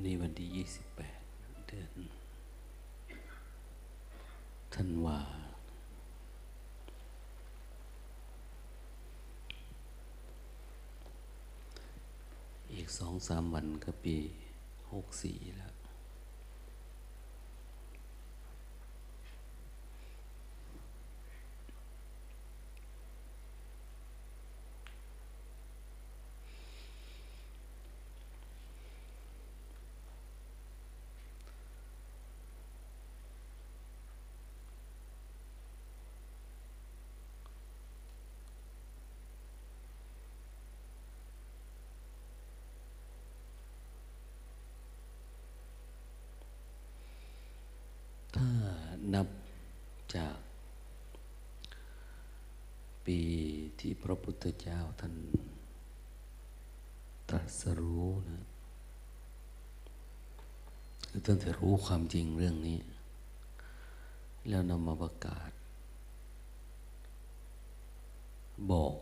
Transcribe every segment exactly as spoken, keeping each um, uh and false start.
นี้วันที่ยี่สิบแปดเดือนธันวาอีกสองสามวันก็ปีหกสี่แล้วถ้านับจากปีที่พระพุทธเจ้าท่านตรัสรู้นะคือท่านจะรู้ความจริงเรื่องนี้แล้วนำมาประกาศบอก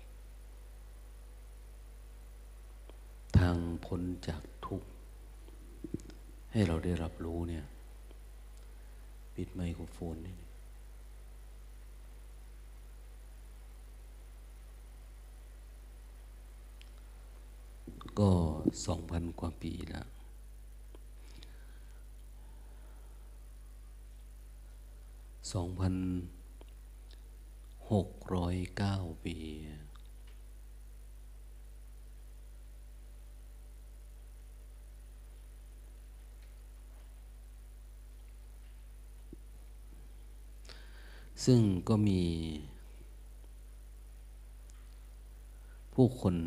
ทางพ้นจากทุกข์ให้เราได้รับรู้เนี่ยปิดไมโครโฟนนี่ก็สองพันกว่าปีแล้วสองพันหกร้อยเก้าปีซึ่งก็มีผู้คน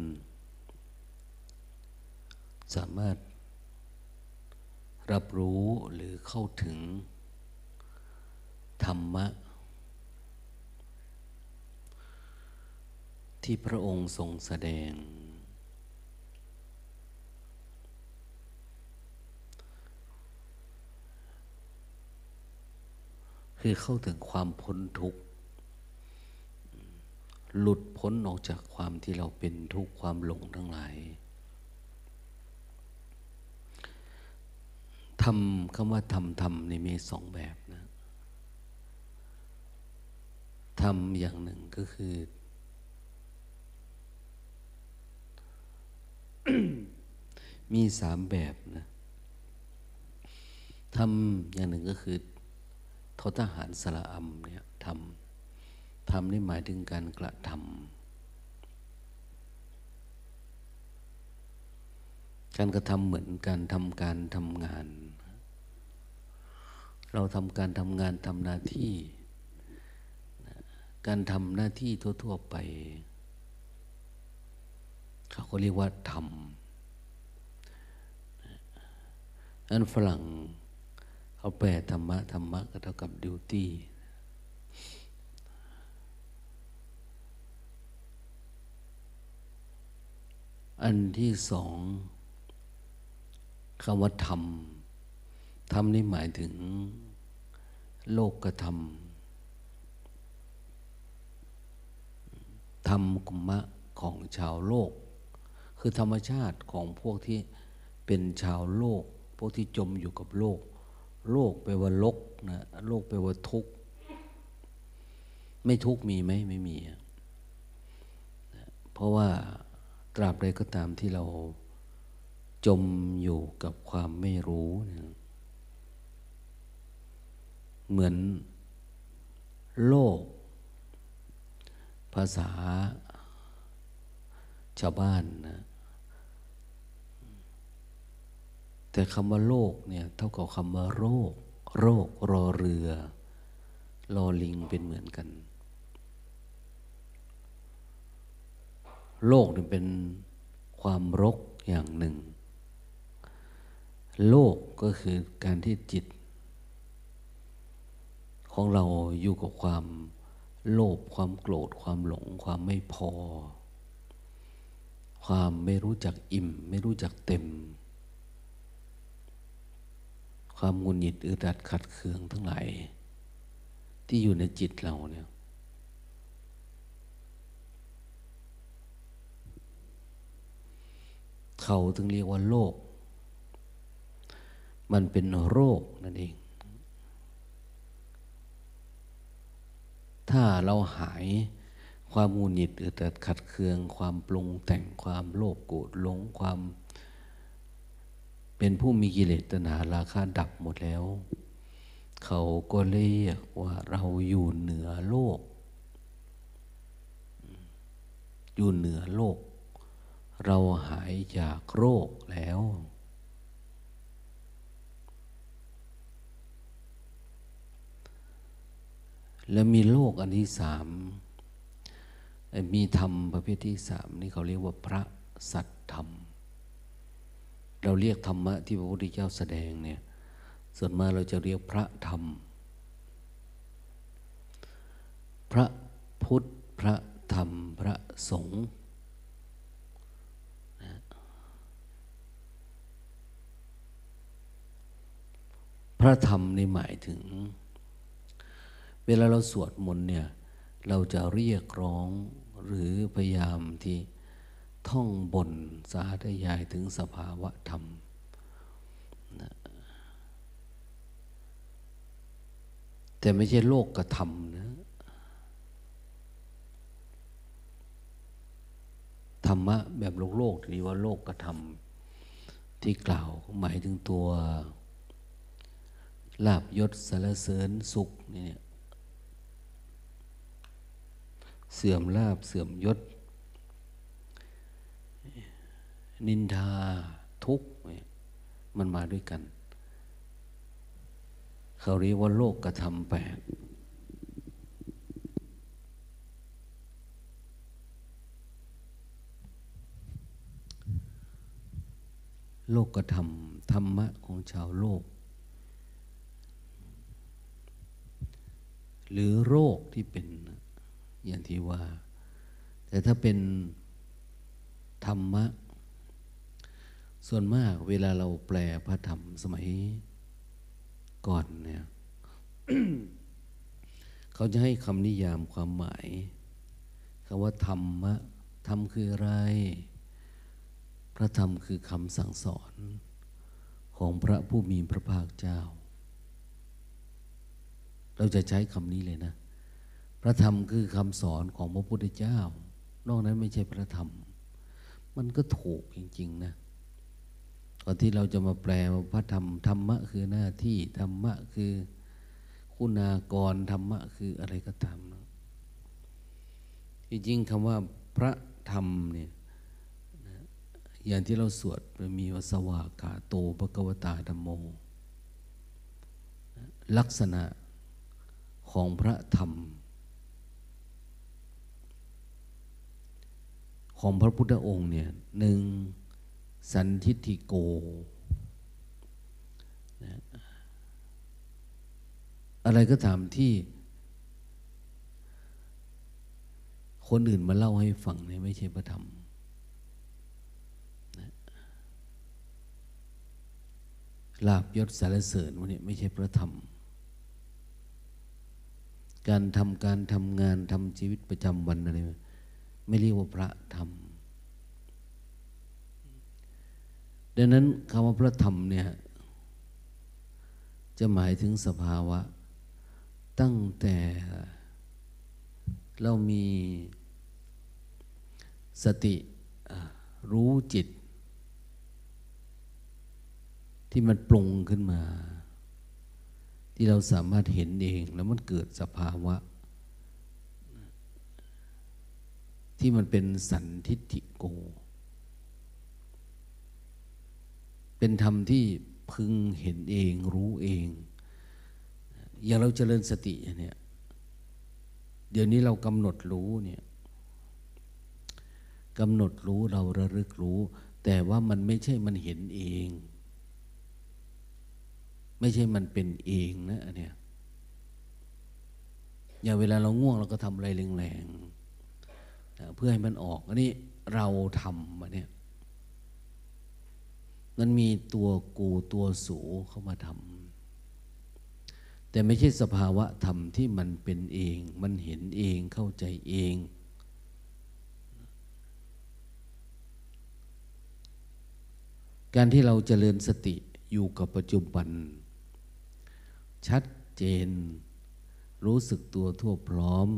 สามารถรับรู้หรือเข้าถึงธรรมะที่พระองค์ทรงแสดงคือเข้าถึงความพ้นทุกข์หลุดพ้นออกจากความที่เราเป็นทุกข์ความหลงทั้งหลายทำคำว่าทำทำนี่มีสองแบบนะทำอย่างหนึ่งก็คือ มีสามแบบนะทำอย่างหนึ่งก็คือททหารสระอัมเนี่ยทำทำนี่หมายถึงการกระทำการกระทำเหมือนการทำการทำงานเราทำการทำงานทำหน้าที่การทำหน้าที่ทั่วๆไปเขาก็เรียกว่าทำนั้นฝรั่งเขาแปลธรรมะธรรมะก็เท่ากับดิวตี้อันที่สองคำว่าธรรมธรรมนี่หมายถึงโลกธรรมธรรมกุมมะของชาวโลกคือธรรมชาติของพวกที่เป็นชาวโลกพวกที่จมอยู่กับโลกโลกแปลว่าลกนะโลกแปลว่าทุกข์ไม่ทุกข์มีไหมไม่มีเพราะว่าตราบใดก็ตามที่เราจมอยู่กับความไม่รู้นะเหมือนโลกภาษาชาวบ้านนะแต่คำว่าโลกเนี่ยเท่ากับคำว่าโรคโรครอเรือรอลิงเป็นเหมือนกันโลกนี่เป็นความรกอย่างหนึ่งโลกก็คือการที่จิตของเราอยู่กับความโลภความโกรธความหลงความไม่พอความไม่รู้จักอิ่มไม่รู้จักเต็มความหงุดหงิดอึดอัดขัดเคืองทั้งหลายที่อยู่ในจิตเราเนี่ยเขาถึงเรียกว่าโลกมันเป็นโรคนั่นเองถ้าเราหายความหงุดหงิดอึดอัดขัดเคืองความปรุงแต่งความโลภโกรธหลงความเป็นผู้มีกิเลสตัณหาราคะดับหมดแล้วเขาก็เรียกว่าเราอยู่เหนือโลกอยู่เหนือโลกเราหายจากโรคแล้วแล้วมีโลกอันที่สามมีธรรมประเภทที่สามนี่เขาเรียกว่าพระสัทธรรมเราเรียกธรรมะที่พระพุทธเจ้าแสดงเนี่ยส่วนมากเราจะเรียกพระธรรมพระพุทธพระธรรมพระสงฆ์พระธรรมนี่หมายถึงเวลาเราสวดมนต์เนี่ยเราจะเรียกร้องหรือพยายามที่ท่องบ่นสาธยายถึงสภาวะธรรมนะแต่ไม่ใช่โลกกระทำนะธรรมะแบบโลกโลกหรือว่าโลกกระทำที่กล่าวหมายถึงตัวลาภยศสรรเสริญสุขเนี่ยเสื่อมลาภเสื่อมยศนินทาทุกข์มันมาด้วยกันเขาเรียกว่าโลกกระทำแปดโลกกระทำธรรมะของชาวโลกหรือโรคที่เป็นอย่างที่ว่าแต่ถ้าเป็นธรรมะส่วนมากเวลาเราแปลพระธรรมสมัยก่อนเนี่ย เขาจะให้คำนิยามความหมายคำว่าธรรมะธรรมคืออะไรพระธรรมคือคำสั่งสอนของพระผู้มีพระภาคเจ้าเราจะใช้คำนี้เลยนะพระธรรมคือคำสอนของพระพุทธเจ้านอกนั้นไม่ใช่พระธรรมมันก็ถูกจริงๆนะก่อนที่เราจะมาแปลว่าพระธรรมธรรมะคือหน้าที่ธรรมะคือคุณากรธรรมะคืออะไรก็ตามนะจริงๆคำว่าพระธรรมเนี่ยอย่างที่เราสวดมันมีว่าสวากขาโตภควตาธัมโมลักษณะของพระธรรมของพระพุทธองค์เนี่ยหนึ่งสันทิฏฐิโกนะอะไรก็ตามที่คนอื่นมาเล่าให้ฟังเนี่ยไม่ใช่พระธรรมนะลาภยศสรรเสริญวันนี้ไม่ใช่พระธรรมการทำการทำงานทำชีวิตประจำวันอะไรไม่เรียกว่าพระธรรมดังนั้นคำว่าพระธรรมเนี่ยจะหมายถึงสภาวะตั้งแต่เรามีสติรู้จิตที่มันปรุงขึ้นมาที่เราสามารถเห็นเองแล้วมันเกิดสภาวะที่มันเป็นสันทิฏฐิโกเป็นธรรมที่พึงเห็นเองรู้เองอย่างเราเจริญสติเนี่ยเดี๋ยวนี้เรากำหนดรู้เนี่ยกำหนดรู้เราระลึกรู้แต่ว่ามันไม่ใช่มันเห็นเองไม่ใช่มันเป็นเองนะอันเนี้ยอย่างเวลาเราง่วงเราก็ทำอะไรแรงๆเพื่อให้มันออกอันนี้เราทำอันเนี้ยมันมีตัวกูตัวสูเข้ามาทำแต่ไม่ใช่สภาวะธรรมที่มันเป็นเองมันเห็นเองเข้าใจเองการที่เราเจริญสติอยู่กับปัจจุบันชัดเจนรู้สึกตัวทั่วพร้อม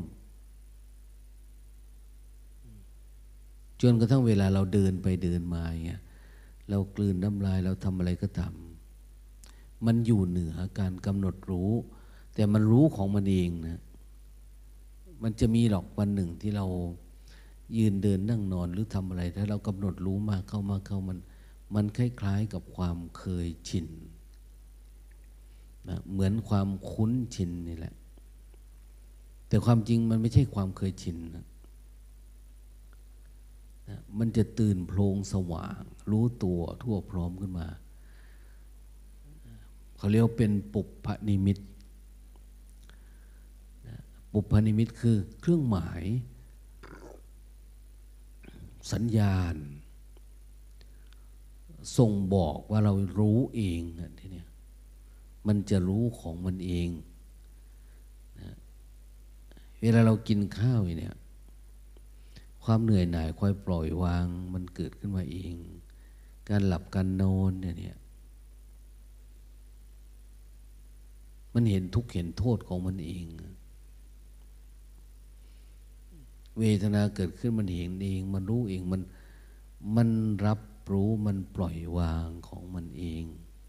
จนกระทั่งเวลาเราเดินไปเดินมาเงี้ยเรากลืนน้ำลายเราทำอะไรก็ทำมันอยู่เหนือการกำหนดรู้แต่มันรู้ของมันเองนะมันจะมีหรอกวันหนึ่งที่เรายืนเดินนั่งนอนหรือทำอะไรถ้าเรากำหนดรู้มากเข้ามากเข้ามันมันคล้ายๆกับความเคยชินนะเหมือนความคุ้นชินนี่แหละแต่ความจริงมันไม่ใช่ความเคยชินนะนะมันจะตื่นโพลงสว่างรู้ตัวทั่วพร้อมขึ้นมาเขาเรียกว่าเป็นปุพพนิมิตนะปุพพนิมิตคือเครื่องหมายสัญญาณส่งบอกว่าเรารู้เองทีเนี้ยมันจะรู้ของมันเองนะเวลาเรากินข้าวเนี่ยความเหนื่อยหน่ายค่อยปล่อยวางมันเกิดขึ้นมาเองการหลับการนอนเนี่ยมันเห็นทุกข์เห็นโทษของมันเองเวทนาเกิดขึ้นมันเห็นเองมันรู้เองมันมันรับรู้มันปล่อยวางของมันเอง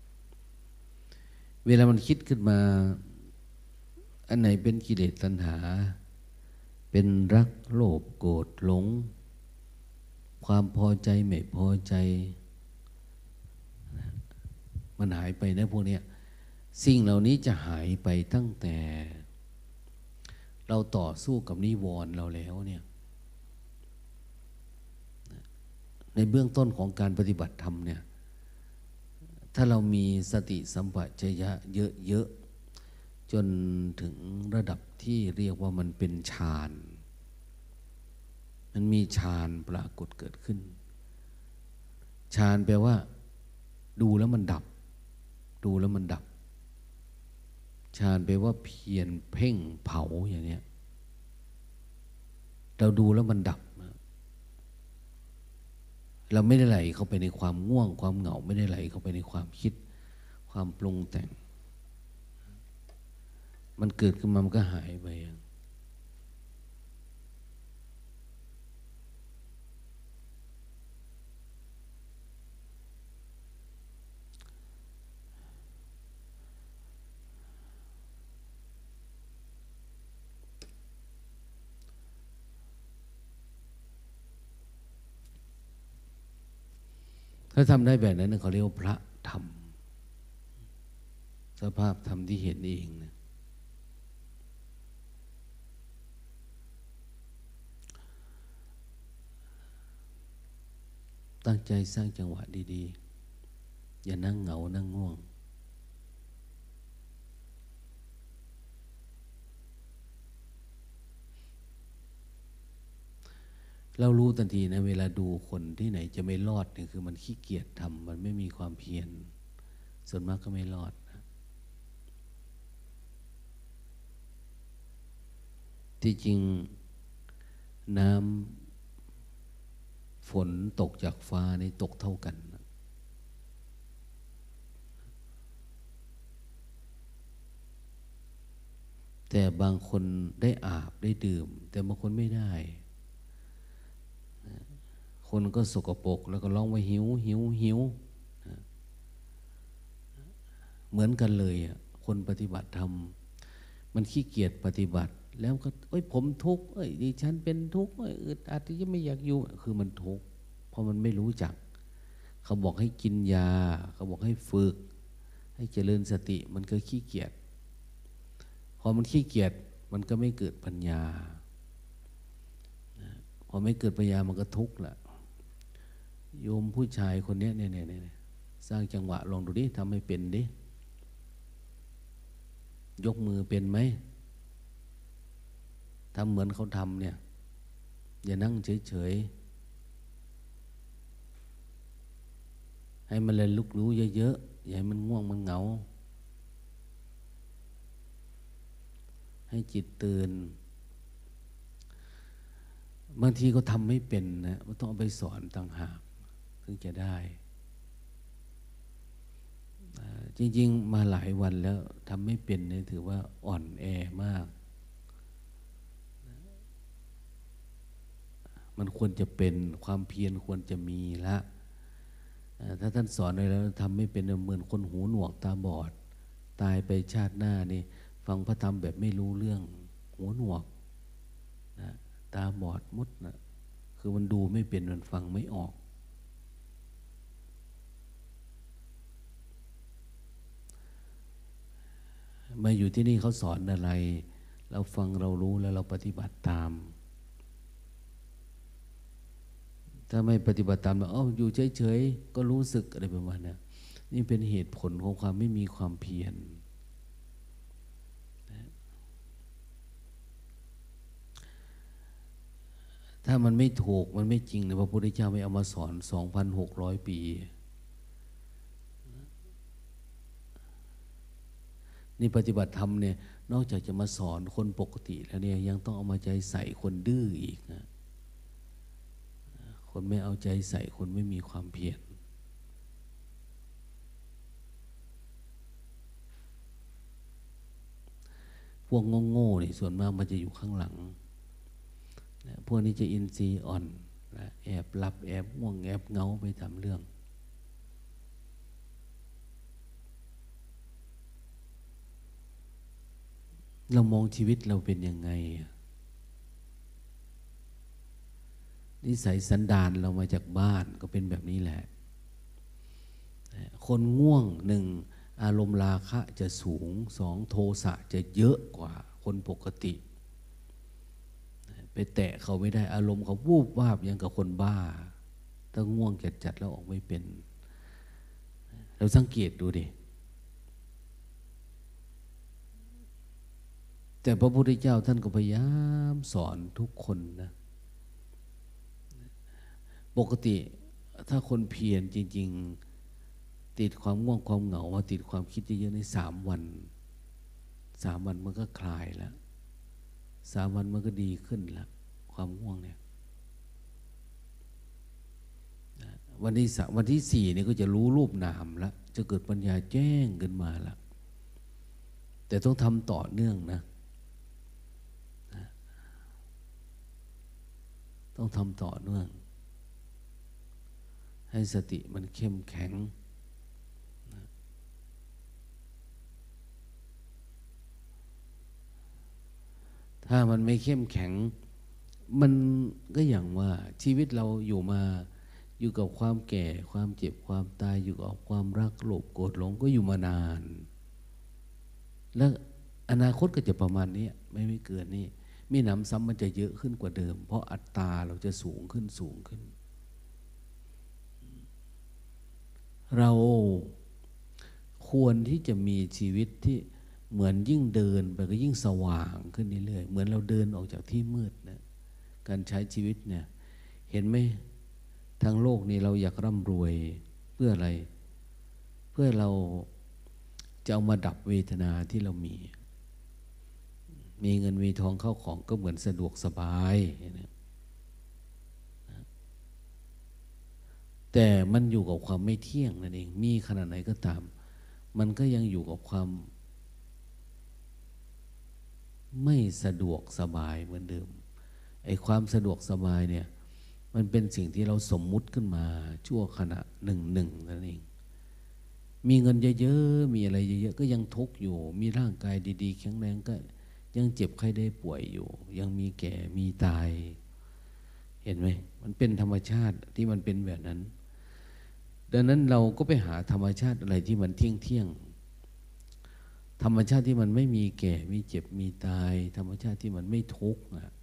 เวลามันคิดขึ้นมาอันไหนเป็นกิเลสตัณหาเป็นรักโลภโกรธหลงความพอใจไม่พอใจมันหายไปนะพวกนี้สิ่งเหล่านี้จะหายไปตั้งแต่เราต่อสู้กับนิวรณ์เราแล้วเนี่ยในเบื้องต้นของการปฏิบัติธรรมเนี่ยถ้าเรามีสติสัมปชัญญะเยอะๆจนถึงระดับที่เรียกว่ามันเป็นฌานมันมีฌานปรากฏเกิดขึ้นฌานแปลว่าดูแล้วมันดับดูแล้วมันดับฌานแปลว่าเพียรเพ่งเผาอย่างเนี้ยเราดูแล้วมันดับเราไม่ได้ไหลเข้าไปในความง่วงความเหงาไม่ได้ไหลเข้าไปในความคิดความปรุงแต่งมันเกิดขึ้นมามันก็หายไปถ้าทำได้แบบนั้นเขาเรียกว่าพระธรรมสภาพธรรมที่เห็นเองนะตั้งใจสร้างจังหวะดีๆอย่านั่งเหงานั่งง่วงเรารู้ทันทีนะเวลาดูคนที่ไหนจะไม่รอดเนี่ยคือมันขี้เกียจทำมันไม่มีความเพียรส่วนมากก็ไม่รอดนะที่จริงน้ำฝนตกจากฟ้านี่ตกเท่ากันนะแต่บางคนได้อาบได้ดื่มแต่บางคนไม่ได้คนก็สกปรกแล้วก็ร้องว่าหิวหิวหิวเหมือนกันเลยอ่ะคนปฏิบัติธรรมมันขี้เกียจปฏิบัติแล้วก็เอ้ยผมทุกข์เอ้ยดิฉันเป็นทุกข์เอ้ยอึดอัดที่จะไม่อยากอยู่คือมันทุกข์เพราะมันไม่รู้จักเขาบอกให้กินยาเขาบอกให้ฝึกให้เจริญสติมันก็ขี้เกียจพอมันขี้เกียจมันก็ไม่เกิดปัญญาพอไม่เกิดปัญญามันก็ทุกข์แหละโยมผู้ชายคนนี้เนี่ยเนี่ยสร้างจังหวะลองดูดิทำให้เป็นดิยกมือเป็นไหมทำเหมือนเขาทำเนี่ยอย่านั่งเฉยๆให้มันเลยลุกรู้เยอะๆอย่าให้มันง่วงมันเหงาให้จิตตื่นบางทีก็ทำไม่เป็นนะมันต้องเอาไปสอนต่างหากถึงจะได้จริงๆมาหลายวันแล้วทำไม่เป็นเนี่ยถือว่าอ่อนแอมากมันควรจะเป็นความเพียรควรจะมีละถ้าท่านสอนอะไรแล้วทำไม่เป็นเหมือนคนหูหนวกตาบอดตายไปชาติหน้านี่ฟังพระธรรมแบบไม่รู้เรื่องหูหนวกนะตาบอดมุดนะคือมันดูไม่เป็นมันฟังไม่ออกมาอยู่ที่นี่เขาสอนอะไรเราฟังเรารู้แล้วเราปฏิบัติตามถ้าไม่ปฏิบัติตามเราเอ้าอยู่เฉยๆก็รู้สึกอะไรประมาณนี้นี่เป็นเหตุผลของความไม่มีความเพียรถ้ามันไม่ถูกมันไม่จริงเนี่ยพระพุทธเจ้าไม่เอามาสอน สองพันหกร้อย ปีนี่ปฏิบัติธรรมเนี่ยนอกจากจะมาสอนคนปกติแล้วเนี่ยยังต้องเอามาใจใส่คนดื้ออีกนะคนไม่เอาใจใส่คนไม่มีความเพียรพวกโง่ๆนี่ส่วนมากมันจะอยู่ข้างหลังนะพวกนี้จะอินทรีย์อ่อนนะแอบหลับแอบง่วงแอบเงาไปทำเรื่องเรามองชีวิตเราเป็นยังไงนิสัยสันดานเรามาจากบ้านก็เป็นแบบนี้แหละคนง่วงหนึ่งอารมณ์ราคะจะสูงสองโทสะจะเยอะกว่าคนปกติไปแตะเขาไม่ได้อารมณ์เขาวูบวาบอย่างกับคนบ้าถ้าง่วงจัดจัดแล้วออกไม่เป็นเราสังเกตดูดิแต่พระพุทธเจ้าท่านก็พยายามสอนทุกคนนะปกติถ้าคนเพียรจริงๆติดความง่วงความเหงามาติดความคิดเยอะๆในสามวันสามวันมันก็คลายแล้วสามวันมันก็ดีขึ้นแล้วความง่วงเนี่ยวันที่สามวันที่สี่นี่ก็จะรู้รูปนามแล้วจะเกิดปัญญาแจ้งขึ้นมาแล้วแต่ต้องทำต่อเนื่องนะต้องทำต่อเนื่องให้สติมันเข้มแข็งถ้ามันไม่เข้มแข็งมันก็อย่างว่าชีวิตเราอยู่มาอยู่กับความแก่ความเจ็บความตายอยู่กับความรักโลภโกรธหลงก็อยู่มานานแล้วอนาคตก็จะประมาณนี้ไม่ไม่เกินนี้มีหนำซ้ำมันจะเยอะขึ้นกว่าเดิมเพราะอัตตาเราจะสูงขึ้นสูงขึ้นเราควรที่จะมีชีวิตที่เหมือนยิ่งเดินไปก็ยิ่งสว่างขึ้นเรื่อยๆเหมือนเราเดินออกจากที่มืดนะการใช้ชีวิตเนี่ยเห็นไหมทางโลกนี้เราอยากร่ำรวยเพื่ออะไรเพื่อเราจะเอามาดับเวทนาที่เรามีมีเงินมีทองเข้าของก็เหมือนสะดวกสบายแต่มันอยู่กับความไม่เที่ยงนั่นเองมีขนาดไหนก็ตามมันก็ยังอยู่กับความไม่สะดวกสบายเหมือนเดิมไอ้ความสะดวกสบายเนี่ยมันเป็นสิ่งที่เราสมมุติขึ้นมาชั่วขณะหนึ่งหนึ่งนั่นเองมีเงินเยอะๆมีอะไรเยอะๆก็ยังทุกข์อยู่มีร่างกายดีๆแข็งแรงก็ยังเจ็บไข้ได้ป่วยอยู่ยังมีแก่มีตายเห็นไหมมันเป็นธรรมชาติที่มันเป็นแบบนั้นดังนั้นเราก็ไปหาธรรมชาติอะไรที่มันเที่ยงเที่ยงธรรมชาติที่มันไม่มีแก่มีเจ็บมีตายธรรมชาติที่มันไม่ทุกข์นะ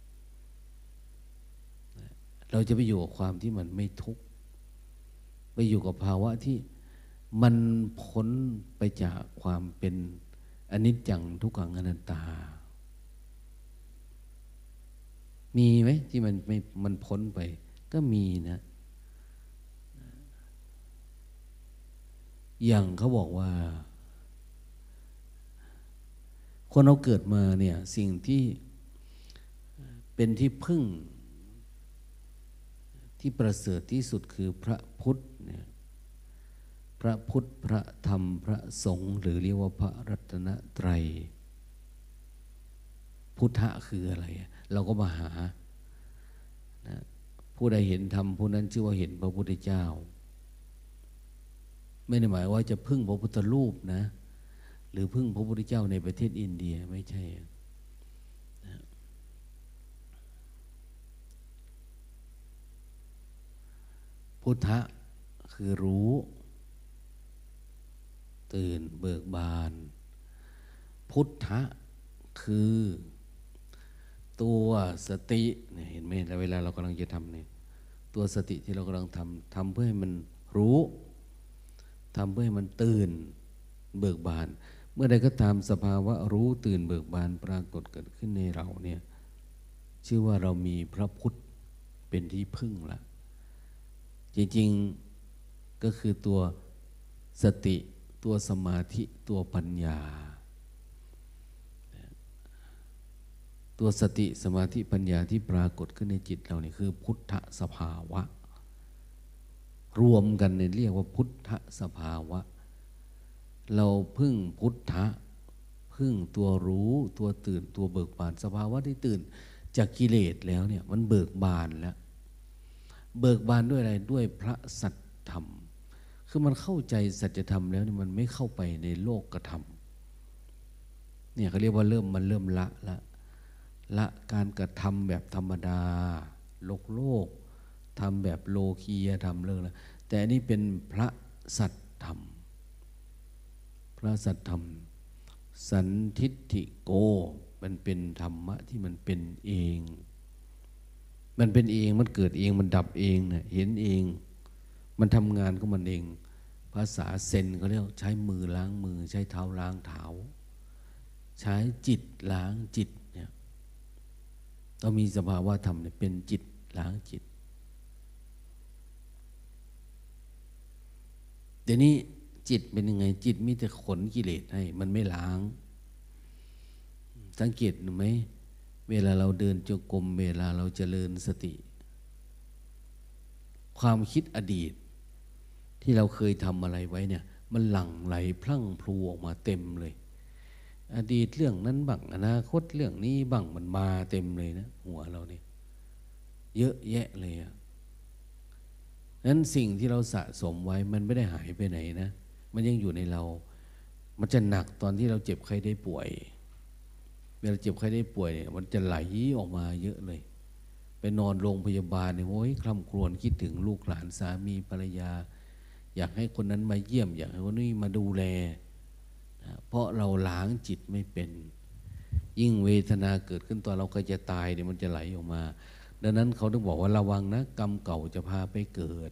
เราจะไปอยู่กับความที่มันไม่ทุกข์ไปอยู่กับภาวะที่มันพ้นไปจากความเป็นอนิจจังทุกขังอนัตตามีไหมที่มันไม่มันพ้นไปก็มีนะอย่างเขาบอกว่าคนเราเกิดมาเนี่ยสิ่งที่เป็นที่พึ่งที่ประเสริฐที่สุดคือพระพุทธเนี่ยพระพุทธพระธรรมพระสงฆ์หรือเรียกว่าพระรัตนตรัยพุทธะคืออะไรเราก็มาหานะผู้ใดเห็นธรรมผู้นั้นชื่อว่าเห็นพระพุทธเจ้าไม่ได้หมายว่าจะพึ่งพระพุทธรูปนะหรือพึ่งพระพุทธเจ้าในประเทศอินเดียไม่ใช่นะพุทธะคือรู้ตื่นเบิกบานพุทธะคือตัวสติเนี่ยเห็นไหมแล้วเวลาเรากำลังจะทำเนี่ยตัวสติที่เรากำลังทำทำเพื่อให้มันรู้ทำเพื่อให้มันตื่นเบิกบานเมื่อใดก็ตามสภาวะรู้ตื่นเบิกบานปรากฏเกิดขึ้นในเราเนี่ยชื่อว่าเรามีพระพุทธเป็นที่พึ่งละจริงๆก็คือตัวสติตัวสมาธิตัวปัญญาตัวสติสมาธิปัญญาที่ปรากฏขึ้นในจิตเราเนี่ยคือพุทธสภาวะรวมกันเนี่ยเรียกว่าพุทธสภาวะเราพึ่งพุทธะพึ่งตัวรู้ตัวตื่นตัวเบิกบานสภาวะที่ตื่นจากกิเลสแล้วเนี่ยมันเบิกบานแล้วเบิกบานด้วยอะไรด้วยพระสัจธรรมคือมันเข้าใจสัจธรรมแล้วเนี่ยมันไม่เข้าไปในโลกธรรมเนี่ยเขาเรียกว่าเริ่มมันเริ่มละละละการกระทำแบบธรรมดาโลกโลกทำแบบโลคียธรรมเลิกแล้วแต่อันนี้เป็นพระสัจธรรมพระสัจธรรมสันทิฏฐิโกมันเป็นธรรมะที่มันเป็นเองมันเป็นเองมันเกิดเองมันดับเองเนี่ยเห็นเองมันทำงานของมันเองภาษาเซนเขาเรียกใช้มือล้างมือใช้เท้าล้างเท้าใช้จิตล้างจิตเนี่ยต้องมีสภาวะธรรมเนี่ยเป็นจิตล้างจิตเดี๋ยวนี้จิตเป็นยังไงจิตมีแต่ขนกิเลสให้มันไม่ล้างสังเกตหรือไหมเวลาเราเดินจงกรมเวลาเราเจริญสติความคิดอดีตที่เราเคยทำอะไรไว้เนี่ยมันหลั่งไหลพลั่งพลูออกมาเต็มเลยอดีตเรื่องนั้นบ้างอนาคตเรื่องนี้บ้างมันมาเต็มเลยนะหัวเราเนี่ยเยอะแยะเลยอ่ะนั้นสิ่งที่เราสะสมไว้มันไม่ได้หายไปไหนนะมันยังอยู่ในเรามันจะหนักตอนที่เราเจ็บไข้ได้ป่วยเวลาเจ็บไข้ได้ป่วยเนี่ยมันจะไหลออกมาเยอะเลยไปนอนโรงพยาบาลเนี่ยโอ้ยคร่ำครวญคิดถึงลูกหลานสามีภรรยาอยากให้คนนั้นมาเยี่ยมอยากให้คนนี้มาดูแลนะเพราะเราล้างจิตไม่เป็นยิ่งเวทนาเกิดขึ้นตอนเราก็จะตายเนี่ยมันจะไหลออกมาดังนั้นเขาต้องบอกว่าระวังนะกรรมเก่าจะพาไปเกิด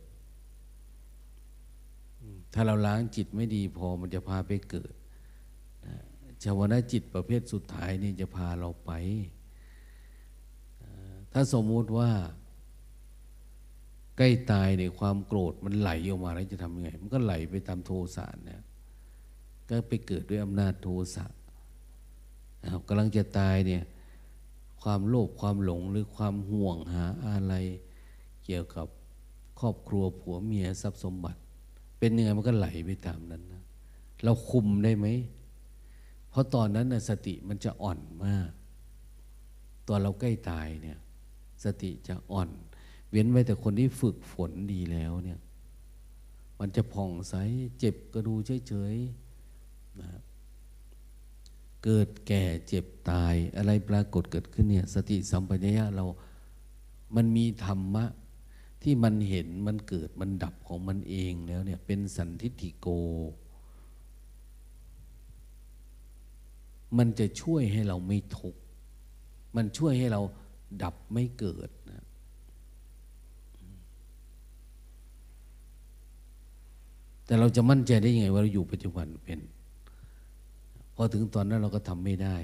ถ้าเราล้างจิตไม่ดีพอมันจะพาไปเกิดชาวนะจิตประเภทสุดท้ายนี่จะพาเราไปถ้าสมมุติว่าใกล้ตายเนี่ยความโกรธมันไหลออกมาแล้วจะทำยังไงมันก็ไหลไปตามโทสะเนี่ยก็ไปเกิดด้วยอำนาจโทสะกำลังจะตายเนี่ยความโลภความหลงหรือความห่วงหาอะไรเกี่ยวกับครอบครัวผัวเมียทรัพย์สมบัติเป็นยังไงมันก็ไหลไปตามนั้นนะเราคุมได้ไหมเพราะตอนนั้นนะสติมันจะอ่อนมากตอนเราใกล้ตายเนี่ยสติจะอ่อนเว้นไว้แต่คนที่ฝึกฝนดีแล้วเนี่ยมันจะผ่องใสเจ็บก็ดูเฉยๆนะเกิดแก่เจ็บตายอะไรปรากฏเกิดขึ้นเนี่ยสติสัมปชัญญะเรามันมีธรรมะที่มันเห็นมันเกิดมันดับของมันเองแล้วเนี่ยเป็นสันทิฏฐิโกมันจะช่วยให้เราไม่ทุกข์มันช่วยให้เราดับไม่เกิดนะแต่เราจะมั่นใจได้ยังไงว่าเราอยู่ปัจจุบันเป็นพอถึงตอนนั้นเราก็ทำไม่ได้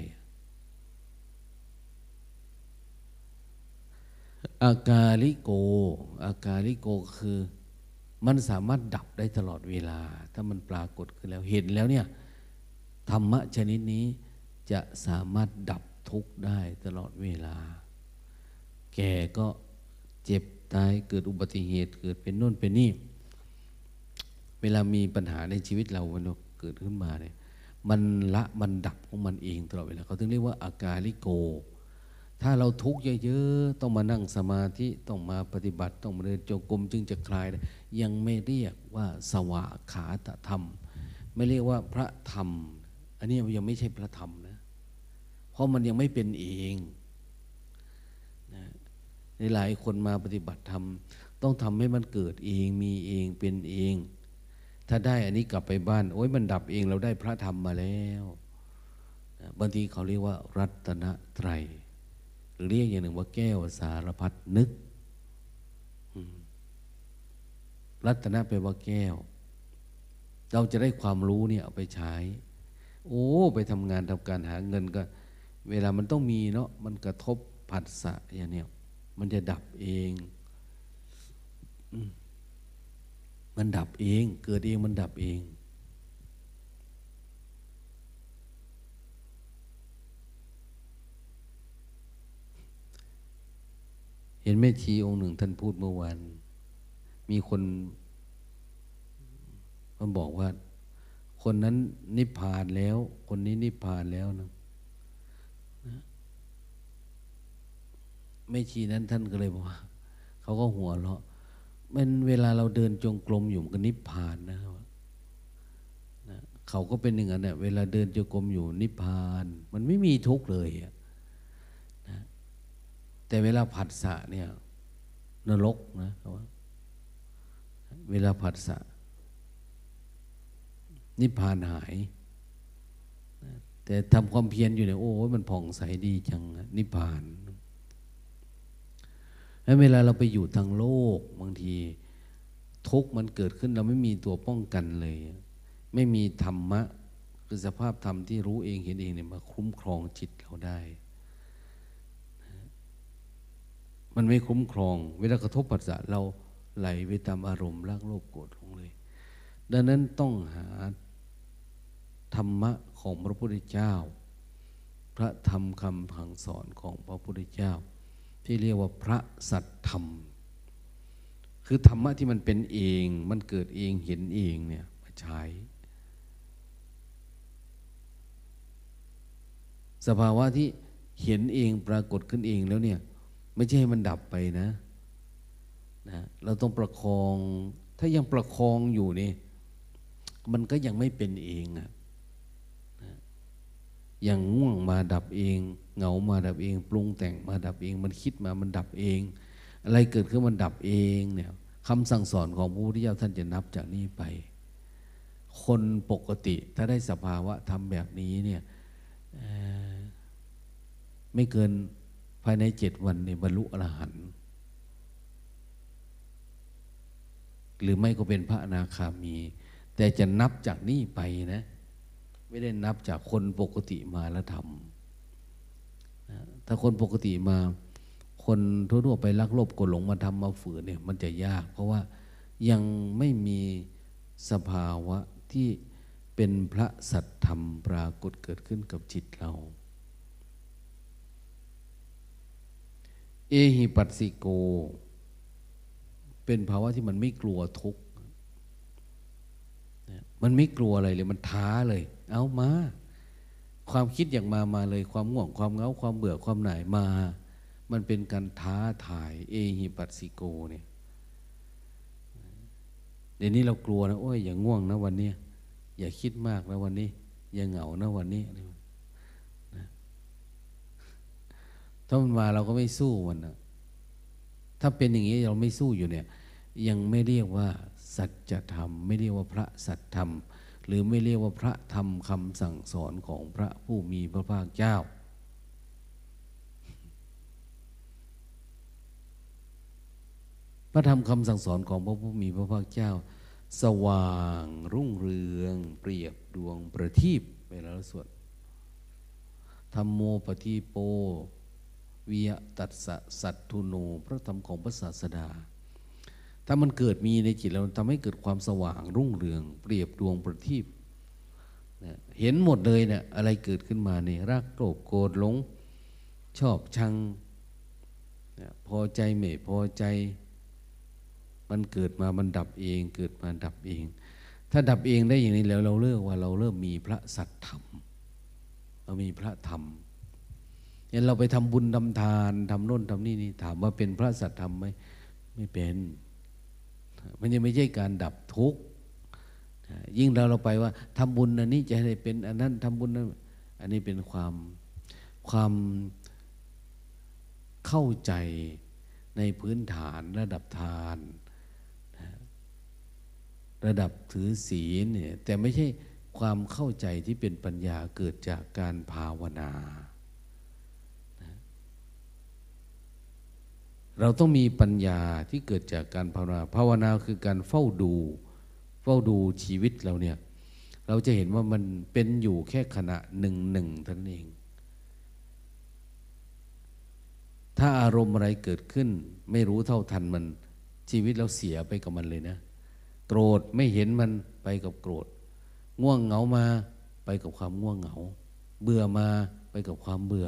อากาลิโกอากาลิโกคือมันสามารถดับได้ตลอดเวลาถ้ามันปรากฏขึ้นแล้วเห็นแล้วเนี่ยธรรมะชนิดนี้จะสามารถดับทุกข์ได้ตลอดเวลาแก่ก็เจ็บตายเกิดอุบัติเหตุเกิดเป็นโน่นเป็นนี่เวลามีปัญหาในชีวิตเรามันเกิดขึ้นมาเนี่ยมันละมันดับของมันเองตลอดเวลาเขาถึงเรียกว่าอากาลิโกถ้าเราทุกข์เยอะๆต้องมานั่งสมาธิต้องมาปฏิบัติต้องมาเดินจงกรมจึงจะคลายยังไม่เรียกว่าสวากขาตธรรมไม่เรียกว่าพระธรรมอันนี้ยังไม่ใช่พระธรรมนะเพราะมันยังไม่เป็นเองนะในหลายคนมาปฏิบัติธรรมต้องทำให้มันเกิดเองมีเองเป็นเองถ้าได้อันนี้กลับไปบ้านโอ้ยมันดับเองเราได้พระธรรมมาแล้วนะบางทีเขาเรียกว่ารัตนไตรัยหรือเรียกอย่างหนึ่งว่าแก้วสารพัดนึกรัตนะแปลว่าแก้วเราจะได้ความรู้เนี่ยเอาไปใช้โอ้ไปทำงานทำการหาเงินก็เวลามันต้องมีเนาะมันกระทบผัสสะอย่างเนี้ยมันจะดับเองมันดับเองเกิดเองมันดับเองเห็นแม่ชีองค์หนึ่งท่านพูดเมื่อวานมีคนมันบอกว่าคนนั้นนิพพานแล้วคนนี้นิพพานแล้วนะแม่ชีนั้นท่านก็เลยบอกว่าเขาก็หัวเราะมันเวลาเราเดินจงกรมอยู่มันก็นิพพานนะนะเขาก็เป็นอย่างนั้นเนี่ยเวลาเดินจงกรมอยู่นิพพานมันไม่มีทุกข์เลยนะแต่เวลาผัสสะเนี่ยนรกนะว่าเวลาผัสสะนิพพานหายแต่ทำความเพียรอยู่เนี่ยโอ้ยมันผ่องใสดีจังนิพพานแล้วเวลาเราไปอยู่ทางโลกบางทีทุกข์มันเกิดขึ้นเราไม่มีตัวป้องกันเลยไม่มีธรรมะคือสภาพธรรมที่รู้เองเห็นเองเนี่ยมาคุ้มครองจิตเราได้มันไม่คุ้มครองเวลากระทบปัสสะเราไหลไปตามอารมณ์รักโลภโกรธหลงเลยดังนั้นต้องหาธรรมะของพระพุทธเจ้าพระธรรมคำสั่งสอนของพระพุทธเจ้าที่เรียกว่าพระสัทธรรมคือธรรมะที่มันเป็นเองมันเกิดเองเห็นเองเนี่ยมาใช้สภาวะที่เห็นเองปรากฏขึ้นเองแล้วเนี่ยไม่ใช่ให้มันดับไปนะนะเราต้องประคองถ้ายังประคองอยู่นี่มันก็ยังไม่เป็นเองอะนะอย่างง่วงมาดับเองเหงามาดับเองปรุงแต่งมาดับเองมันคิดมามันดับเองอะไรเกิดขึ้นมันดับเองเนี่ยคำสั่งสอนของพระพุทธเจ้าท่านจะนับจากนี้ไปคนปกติถ้าได้สภาวะทำแบบนี้เนี่ยไม่เกินภายในเจ็ดวันเนี่ยบรรลุอรหันต์หรือไม่ก็เป็นพระอนาคามีแต่จะนับจากนี้ไปนะไม่ได้นับจากคนปกติมาแล้วทำถ้าคนปกติมาคนทั่วๆไปรักโลภโกรธหลงมาทำมาฝืนเนี่ยมันจะยากเพราะว่ายังไม่มีสภาวะที่เป็นพระสัทธรรมปรากฏเกิดขึ้นกับจิตเราเอหิปัสสิโกเป็นภาวะที่มันไม่กลัวทุกข์มันไม่กลัวอะไรเลยมันท้าเลยเอามาความคิดอย่างมามาเลยความง่วงความเหงาความเบื่อความหน่ายมามันเป็นการท้าทายเอหิปัสสิโกเนี่ยเดี๋ยวนี้เรากลัวนะโอ้ยอย่างง่วงนะวันนี้อย่าคิดมากนะวันนี้อย่าเหงานะวันนี้นะถ้ามันมาเราก็ไม่สู้มันนะถ้าเป็นอย่างนี้เราไม่สู้อยู่เนี่ยยังไม่เรียกว่าสัจธรรมไม่เรียกว่าพระสัทธรรมหรือไม่เรียกว่าพระธรรมคำสั่งสอนของพระผู้มีพระภาคเจ้าพระธรรมคำสั่งสอนของพระผู้มีพระภาคเจ้าสว่างรุ่งเรืองเปรียบดวงประทีปเวลาเราสวดธัมโมปฏิโปวิยตัสสะสัตถุโนพระธรรมของพระศาสดาถ้ามันเกิดมีในจิตเราทำให้เกิดความสว่างรุ่งเรืองเปรียบดวงประทีปเห็นหมดเลยเนี่ยอะไรเกิดขึ้นมาเนี่ยรักโกรธโกรธหลงชอบชังพอใจไม่พอใจมันเกิดมามันดับเองเกิดมาดับเองถ้าดับเองได้อย่างนี้แล้วเราเลิกว่าเราเริ่มมีพระสัทธรรมเรามีพระธรรมงั้นเราไปทำบุญทำทานทำโน่นทำนี่นี่ถามว่าเป็นพระสัทธรรมไหมไม่เป็นมันยังไม่ใช่การดับทุกข์ยิ่งเราเราไปว่าทำบุญอันนี้จะให้เป็นอันนั้นทำบุญนั้นอันนี้เป็นความความเข้าใจในพื้นฐานระดับทานระดับถือศีลเนี่ยแต่ไม่ใช่ความเข้าใจที่เป็นปัญญาเกิดจากการภาวนาเราต้องมีปัญญาที่เกิดจากการภาวนาภาวนาคือการเฝ้าดูเฝ้าดูชีวิตเราเนี่ยเราจะเห็นว่ามันเป็นอยู่แค่ขณะหนึ่งหนึ่งเท่านั้นเองถ้าอารมณ์อะไรเกิดขึ้นไม่รู้เท่าทันมันชีวิตเราเสียไปกับมันเลยนะโกรธไม่เห็นมันไปกับโกรธง่วงเหงามาไปกับความง่วงเหงาเบื่อมาไปกับความเบื่อ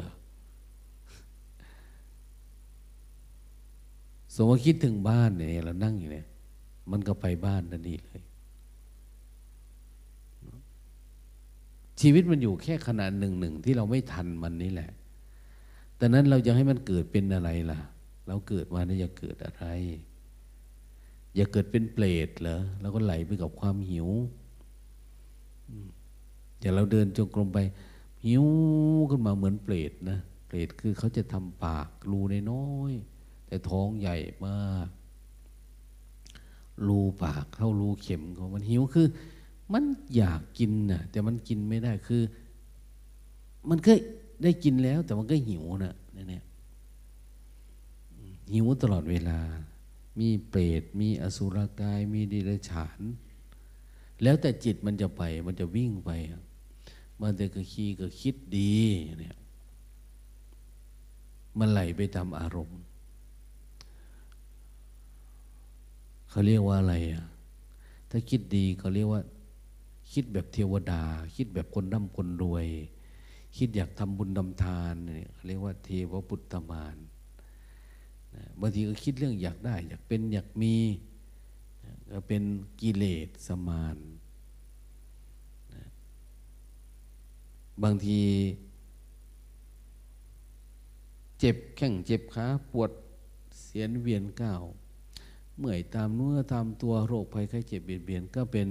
สมมติคิดถึงบ้านเนี่ยเรานั่งอยู่เนี่ยมันก็ไปบ้านนั่นนี่เลยชีวิตมันอยู่แค่ขนาดหนึ่งหนึ่งที่เราไม่ทันมันนี่แหละแต่นั้นเราจะให้มันเกิดเป็นอะไรล่ะเราเกิดมาเนี่ยอย่าเกิดอะไรอย่าเกิดเป็นเปรตเหรอเราก็ไหลไปกับความหิวอย่าเราเดินจงกรมไปหิวขึ้นมาเหมือนเปรตนะเปรตคือเขาจะทำปากรูน้อยแต่ท้องใหญ่มากรูปากเท่ารูเข็มของมันหิวคือมันอยากกินน่ะแต่มันกินไม่ได้คือมันก็ได้กินแล้วแต่มันก็หิวนะเนี่ยหิวตลอดเวลามีเปรตมีอสุรกายมีเดรัจฉานแล้วแต่จิตมันจะไปมันจะวิ่งไปมันจะกระขี้ก็คิดดีเนี่ยมันไหลไปตามอารมณ์เขาเรียกว่าอะไรอ่ะถ้าคิดดีเขาเรียกว่าคิดแบบเทวดาคิดแบบคนร่ำคนรวยคิดอยากทำบุญทำทานเนี่ยเขาเรียกว่าเทวปุตตมานบางทีก็คิดเรื่องอยากได้อยากเป็นอยากมีก็เป็นกิเลสสมานบางทีเจ็บแข้งเจ็บขาปวดเสียนเวียนก้าวเมื่อยตามเนื้อตามตัวโรคภัยไข้เจ็บเบียดเบียนก็เป็น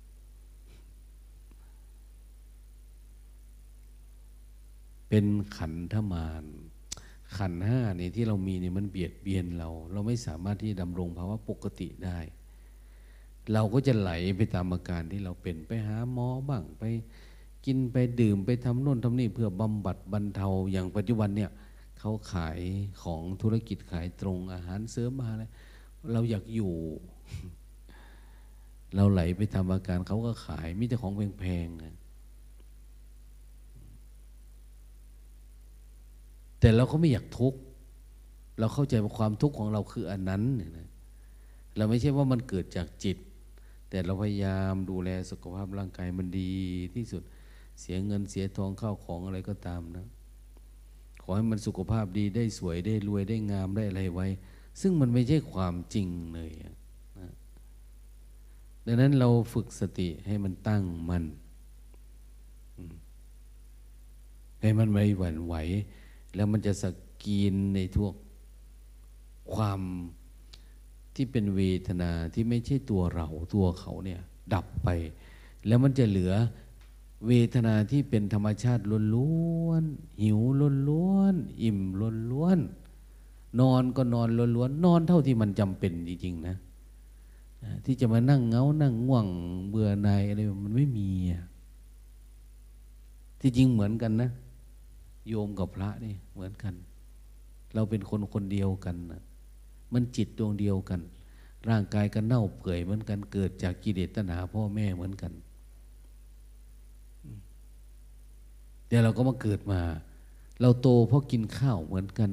เป็นขันธมารขันธ์ห้านี่ที่เรามีนี่มันเบียดเบียนเราเราไม่สามารถที่ดำรงภาวะปกติได้เราก็จะไหลไปตามอาการที่เราเป็นไปหาหมอบ้างไปกินไปดื่มไปทำโน่นทำนี่เพื่อบำบัดบรรเทาอย่างปัจจุบันเนี่ยเขาขายของธุรกิจขายตรงอาหารเสริมมาอะไรเราอยากอยู่ เราไหลไปทำอาการเขาก็ขายมีแต่ของแพงๆนะแต่เราก็ไม่อยากทุกข์เราเข้าใจว่าความทุกข์ของเราคืออันนั้นเนี่ยนะเราไม่ใช่ว่ามันเกิดจากจิตแต่เราพยายามดูแลสุขภาพร่างกายมันดีที่สุดเสียเงินเสียทองเข้าของอะไรก็ตามนะขอให้มันสุขภาพดีได้สวยได้รวยได้งามได้อะไรไว้ซึ่งมันไม่ใช่ความจริงเลยนะดังนั้นเราฝึกสติให้มันตั้งมันให้มันไม่หวั่นไหวแล้วมันจะสกรีนในทุกความที่เป็นเวทนาที่ไม่ใช่ตัวเราตัวเขาเนี่ยดับไปแล้วมันจะเหลือเวทนาที่เป็นธรรมชาติล้วนๆหิวล้วนๆอิ่มล้วนๆนอนก็นอนล้วนๆนอนเท่าที่มันจำเป็นจริงๆนะที่จะมานั่งเงานั่งง่วงเบื่อหน่ายอะไรมันไม่มีที่จริงเหมือนกันนะโยมกับพระนี่เหมือนกันเราเป็นคนคนเดียวกันนะมันจิตดวงเดียวกันร่างกายก็เน่าเปื่อยเหมือนกันเกิดจากกิเลสตัณหาพ่อแม่เหมือนกันเดี๋ยวเราก็มาเกิดมาเราโตเพราะกินข้าวเหมือนกัน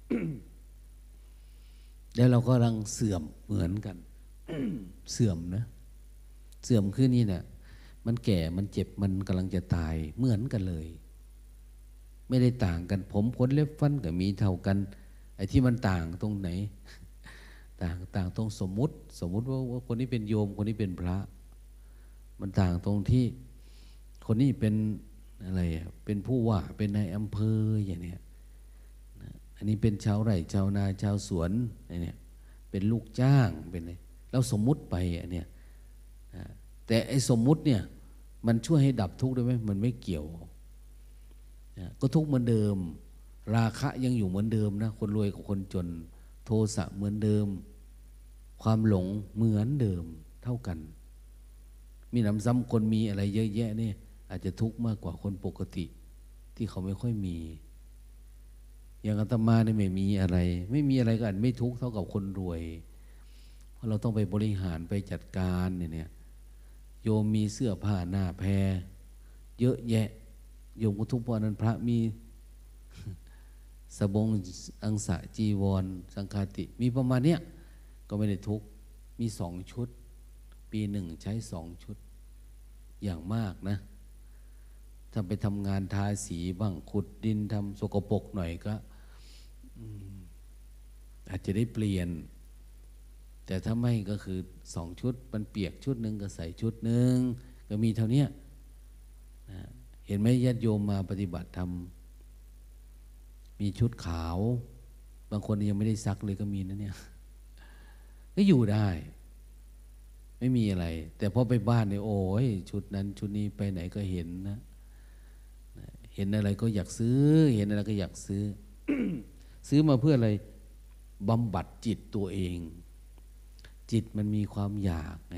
แล้วเราก็กำลังเสื่อมเหมือนกัน เสื่อมนะเสื่อมขึ้นนี่เนี่ยมันแก่มันเจ็บมันกำลังจะตายเหมือนกันเลยไม่ได้ต่างกันผมขนเล็บฟันก็มีเท่ากันไอ้ที่มันต่างตรงไหนต่างต่างตรงสมมุติสมมุติว่าว่าคนนี้เป็นโยมคนนี้เป็นพระมันต่างตรงที่คนนี้เป็นอะไรเป็นผู้ว่าเป็นนายอำเภออย่างเนี้ยอันนี้เป็นชาวไร่ชาวนาชาวสวนอย่างเนี้ยเป็นลูกจ้างเป็นอะไรเราสมมุติไปอันเนี้ยแต่ไอ้สมมุติเนี่ยมันช่วยให้ดับทุกข์ได้ไหมมันไม่เกี่ยวก็ทุกข์เหมือนเดิมราคะยังอยู่เหมือนเดิมนะคนรวยกับคนจนโทสะเหมือนเดิมความหลงเหมือนเดิมเท่ากันมีน้ำซ้ำคนมีอะไรเยอะแยะนี่อาจจะทุกข์มากกว่าคนปกติที่เขาไม่ค่อยมีอย่างอาตมาเนี่ยไม่มีอะไรไม่มีอะไรก็อาจไม่ทุกข์เท่ากับคนรวยเพราะเราต้องไปบริหารไปจัดการเนี่ยโยมมีเสื้อผ้าหน้าแพรเยอะแยะโยมก็ทุกข์เพราะนั้นพระมีสบงอังสะจีวรสังฆาติมีประมาณเนี้ยก็ไม่ได้ทุกข์มีสองชุดปีหนึ่งใช้สองชุดอย่างมากนะถ้าไปทำงานทาสีบ้างขุดดินทำสกปรกหน่อยก็อาจจะได้เปลี่ยนแต่ถ้าไม่ก็คือสองชุดมันเปียกชุดหนึ่งก็ใส่ชุดหนึ่งก็มีเท่านี้นะเห็นไหมญาติโยมมาปฏิบัติธรรมมีชุดขาวบางคนยังไม่ได้ซักเลยก็มีนะเนี่ยก็อยู่ได้ไม่มีอะไรแต่พอไปบ้านเนี่ยโอ้ยชุดนั้นชุดนี้ไปไหนก็เห็นนะเห็นอะไรก็อยากซื้อเห็นอะไรก็อยากซื้อ ซื้อมาเพื่ออะไรบำบัดจิตตัวเองจิตมันมีความอยากไง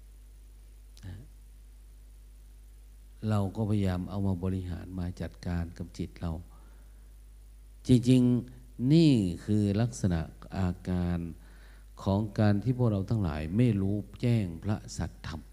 เราก็พยายามเอามาบริหารมาจัดการกับจิตเราจริงๆนี่คือลักษณะอาการของการที่พวกเราทั้งหลายไม่รู้แจ้งพระสัทธรรม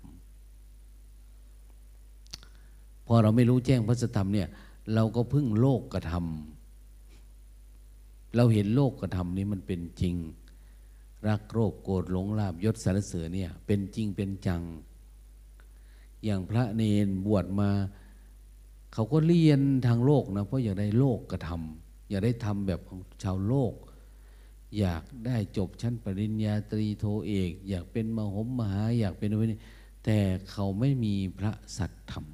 พอเราไม่รู้แจ้งพระสัทธรรมเนี่ยเราก็พึ่งโลกกระทำเราเห็นโลกกระทำนี้มันเป็นจริงรักโลภโกรธหลงลาภยศสรรเสริญเนี่ยเป็นจริงเป็นจังอย่างพระเนนบวชมาเขาก็เรียนทางโลกนะเพราะอยากได้โลกกระทำอยากได้ทำแบบของชาวโลกอยากได้จบชั้นปริญญาตรีโทเอกอยากเป็นมหมมหาอยากเป็นอะไรนี่แต่เขาไม่มีพระสัทธรรม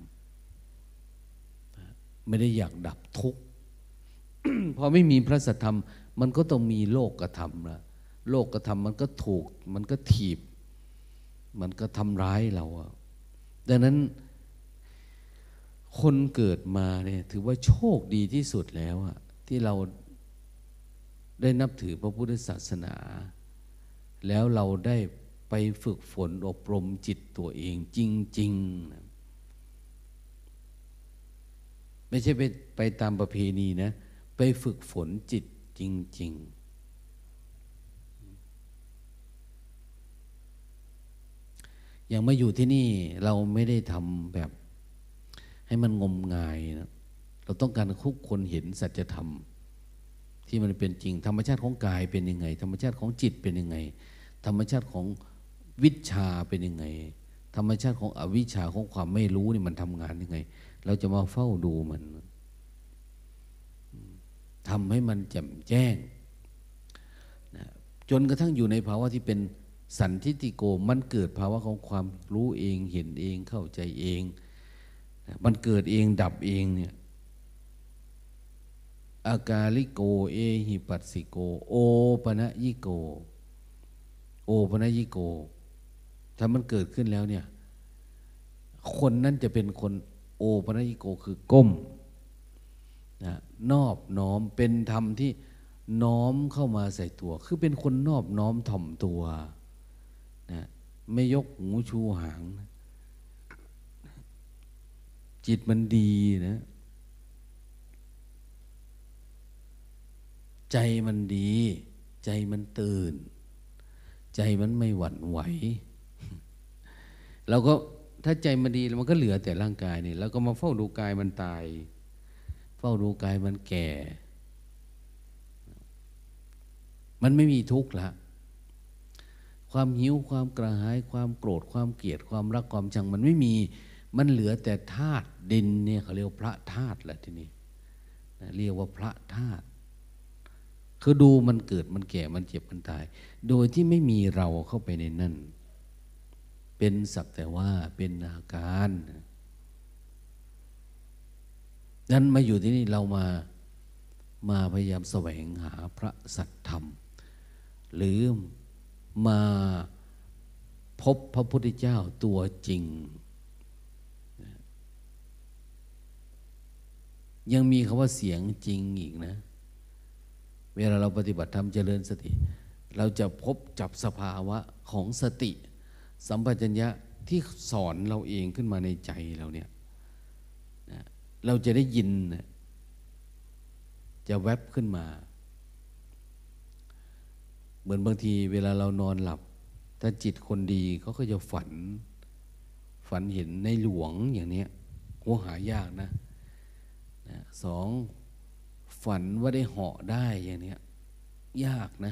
ไม่ได้อยากดับทุกข์ พอไม่มีพระสัทธรรมมันก็ต้องมีโลกกระทำละโลกกระทำมันก็ถูกมันก็ถีบมันก็ทำร้ายเราอะดังนั้นคนเกิดมาเนี่ยถือว่าโชคดีที่สุดแล้วอะที่เราได้นับถือพระพุทธศาสนาแล้วเราได้ไปฝึกฝนอบรมจิตตัวเองจริงๆนะไม่ใช่ไปไปตามประเพณีนะไปฝึกฝนจิตจริงๆอย่างมาอยู่ที่นี่เราไม่ได้ทำแบบให้มันงมงายนะเราต้องการคุกคนเห็นสัจธรรมที่มันเป็นจริงธรรมชาติของกายเป็นยังไงธรรมชาติของจิตเป็นยังไงธรรมชาติของวิชาเป็นยังไงธรรมชาติของอวิชชาของความไม่รู้นี่มันทำงานยังไงเราจะมาเฝ้าดูมันทำให้มันแจ่มแจ้งนะจนกระทั่งอยู่ในภาวะที่เป็นสันทิฏฐิโกมันเกิดภาวะของความรู้เองเห็นเองเข้าใจเองนะมันเกิดเองดับเองเนี่ยอากาลิโกเอหิปัสสิโกโอปนะยิโกโอปนะยิโกถ้ามันเกิดขึ้นแล้วเนี่ยคนนั้นจะเป็นคนโอปนะยิโกคือก้มนะนอบน้อมเป็นธรรมที่น้อมเข้ามาใส่ตัวคือเป็นคนนอบน้อมถ่อมตัวนะไม่ยกหูชูหางนะจิตมันดีนะใจมันดีใจมันตื่นใจมันไม่หวั่นไหวเราก็ถ้าใจมันดีมันก็เหลือแต่ร่างกายนี่แล้วก็มาเฝ้าดูกายมันตายเฝ้าดูกายมันแก่มันไม่มีทุกข์ละความหิวความกระหายความโกรธความเกลียดความรักความชังมันไม่มีมันเหลือแต่ธาตุดินเนี่ยเขาเรียกพระธาตุแหละทีนี้เรียกว่าพระธาตุคือดูมันเกิดมันแก่มันเจ็บมันตายโดยที่ไม่มีเราเข้าไปในนั่นเป็นสักแต่ว่าเป็นอาการนั้นมาอยู่ที่นี่เรามามาพยายามแสวงหาพระสัทธรรมหรือมาพบพระพุทธเจ้าตัวจริงยังมีคำว่าเสียงจริงอีกนะเวลาเราปฏิบัติธรรมเจริญสติเราจะพบจับสภาวะของสติสัมปชัญญะที่สอนเราเองขึ้นมาในใจเราเนี่ยนะเราจะได้ยินนะจะแวบขึ้นมาเหมือนบางทีเวลาเรานอนหลับถ้าจิตคนดีเขาก็จะฝันฝันเห็นในหลวงอย่างนี้โหหายากนะนะสองฝันว่าได้เหาะได้อย่างนี้ยากนะ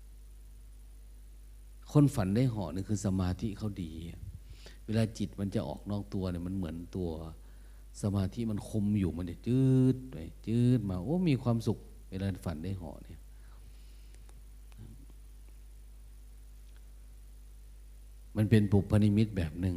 คนฝันได้เหาะนี่คือสมาธิเขาดีเวลาจิตมันจะออกนอกตัวเนี่ยมันเหมือนตัวสมาธิมันคมอยู่มันจะจืดไปจืดมาโอ้มีความสุขเวลาฝันได้เหาะเนี่ยมันเป็นปุพนิมิตแบบหนึ่ง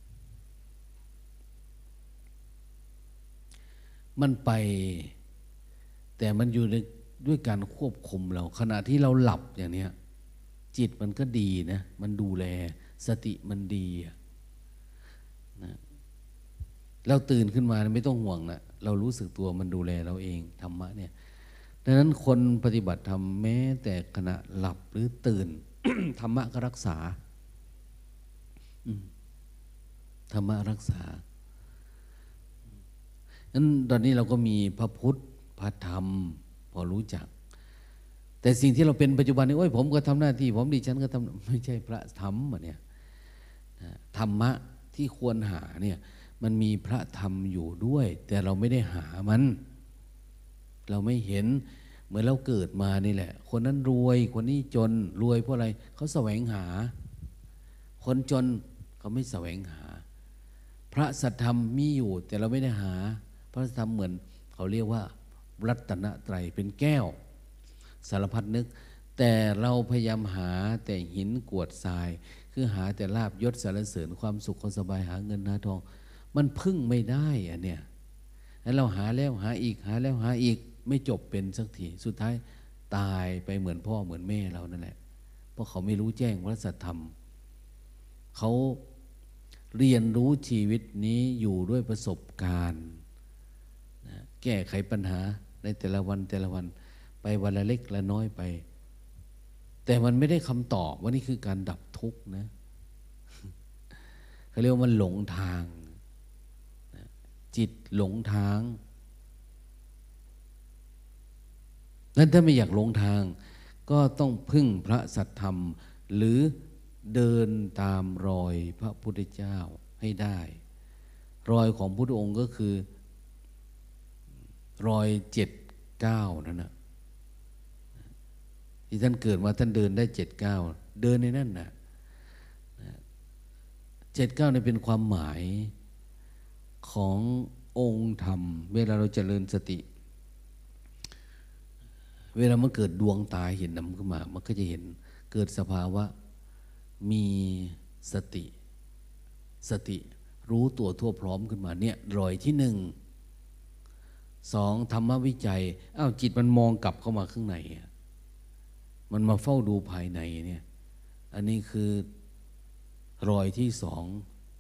มันไปแต่มันอยู่ในด้วยการควบคุมเราขณะที่เราหลับอย่างเนี้ยจิตมันก็ดีนะมันดูแลสติมันดีนะเราตื่นขึ้นมาไม่ต้องห่วงนะเรารู้สึกตัวมันดูแลเราเองธรรมะเนี่ยดังนั้นคนปฏิบัติธรรมแม้แต่ขณะหลับหรือตื่น ธรรมะก็รักษาธรรมะรักษานั้นตอนนี้เราก็มีพระพุทธพระธรรมพอรู้จักแต่สิ่งที่เราเป็นปัจจุบันนี้โอ้ยผมก็ทำหน้าที่ผมดิฉันก็ทำไม่ใช่พระธรรมเนี่ยธรรมะที่ควรหาเนี่ยมันมีพระธรรมอยู่ด้วยแต่เราไม่ได้หามันเราไม่เห็นเหมือนเราเกิดมานี่แหละคนนั้นรวยคนนี้จนรวยเพราะอะไรเขาแสวงหาคนจนเขาไม่แสวงหาพระสัทธรรมมีอยู่แต่เราไม่ได้หาพระสัทธรรมเหมือนเขาเรียกว่ารัตนตรัยเป็นแก้วสารพัดนึกแต่เราพยายามหาแต่หินกรวดทรายคือหาแต่ลาภยศสรรเสริญความสุขความสบายหาเงินหาทองมันพึ่งไม่ได้อะเนี่ยแล้วเราหาแล้วหาอีกหาแล้วหาอีกไม่จบเป็นสักทีสุดท้ายตายไปเหมือนพ่อเหมือนแม่เรานั่นแหละเพราะเขาไม่รู้แจ้งพระสัทธรรมเขาเรียนรู้ชีวิตนี้อยู่ด้วยประสบการณ์นะแก้ไขปัญหาในแต่ละวันแต่ละวันไปวันละเล็กละน้อยไปแต่มันไม่ได้คำตอบว่านี่คือการดับทุกข์นะเขาเรียกว่ามันหลงทางนะจิตหลงทางนั้นถ้าไม่อยากหลงทางก็ต้องพึ่งพระสัทธรรมหรือเดินตามรอยพระพุทธเจ้าให้ได้รอยของพุทธองค์ก็คือรอยเจ็ดเก้านั่นนะที่ท่านเกิดมาท่านเดินได้เจ็ดเก้าเดินในนั่นนะเจ็ดเก้านี่เป็นความหมายขององค์ธรรมเวลาเราเจริญสติเวลามันเกิดดวงตาเห็นนำขึ้นมามันก็จะเห็นเกิดสภาวะมีสติสติรู้ตัวทั่วพร้อมขึ้นมาเนี่ยรอยที่หนึ่งสองธรรมวิจัยอ้าวจิตมันมองกลับเข้ามาข้างในมันมาเฝ้าดูภายในเนี่ยอันนี้คือรอยที่สอง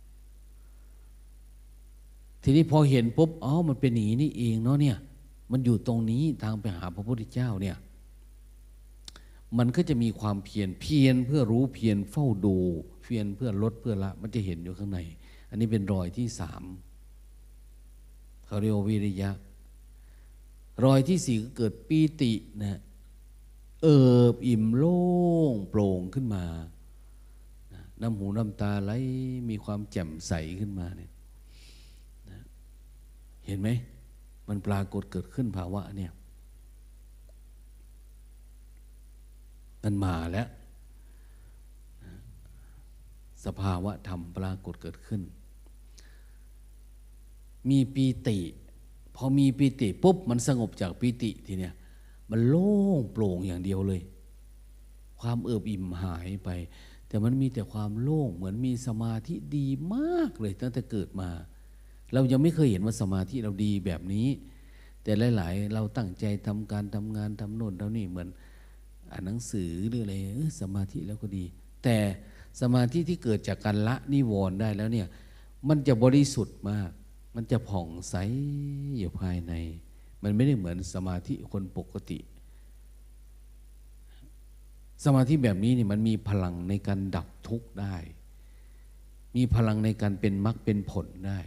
ทีนี้พอเห็นปุ๊บอ๋อมันเป็นอย่างนี้นี่เองเนาะเนี่ยมันอยู่ตรงนี้ทางไปหาพระพุทธเจ้าเนี่ยมันก็จะมีความเพียรเพียรเพื่อรู้เพียรเฝ้าดูเพียรเพื่อลดเพื่อละมันจะเห็นอยู่ข้างในอันนี้เป็นรอยที่สามเขาเรียกว่าวิริยะรอยที่สี่ก็เกิดปีตินะเอิบอิ่มโล่งโปร่งขึ้นมาน้ำหูน้ำตาไหลมีความแจ่มใสขึ้นมาเนี่ยนะเห็นไหมมันปรากฏเกิดขึ้นภาวะเนี่ยมันมาแล้วสภาวะธรรมปรากฏเกิดขึ้นมีปีติพอมีปีติปุ๊บมันสงบจากปีติทีเนี้ยมันโล่งโปร่งอย่างเดียวเลยความเอิบอิ่มหายไปแต่มันมีแต่ความโล่งเหมือนมีสมาธิดีมากเลยตั้งแต่เกิดมาเรายังไม่เคยเห็นว่าสมาธิเราดีแบบนี้แต่หลายๆเราตั้งใจทำการทำงานทำโน่นทำนี่เหมือนอ่านหนังสือหรืออะไรสมาธิแล้วก็ดีแต่สมาธิที่เกิดจากการละนิวรณ์ได้แล้วเนี่ยมันจะบริสุทธิ์มากมันจะผ่องใสอยู่ภายในมันไม่ได้เหมือนสมาธิคนปกติสมาธิแบบนี้เนี่ยมันมีพลังในการดับทุกข์ได้มีพลังในการเป็นมรรคเป็นผลได้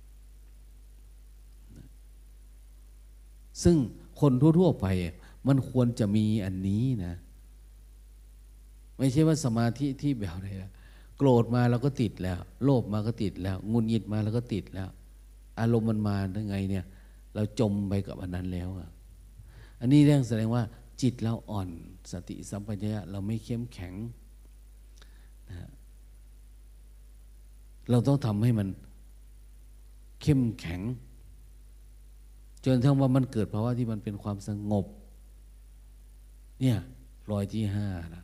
ซึ่งคนทั่วๆไปมันควรจะมีอันนี้นะไม่ใช่ว่าสมาธิที่แบบอะไรนะโกรธมาเราก็ติดแล้วโลภมาก็ติดแล้วงุนงิดมาเราก็ติดแล้วอารมณ์มันมาได้ไงเนี่ยเราจมไปกับอันนั้นแล้วอ่ะอันนี้เรื่องแสดงว่าจิตเราอ่อนสติสัมปชัญญะเราไม่เข้มแข็งนะเราต้องทำให้มันเข้มแข็งจนทั้งว่ามันเกิดภาวะที่มันเป็นความสงบเนี่ยรอยที่ห้านะ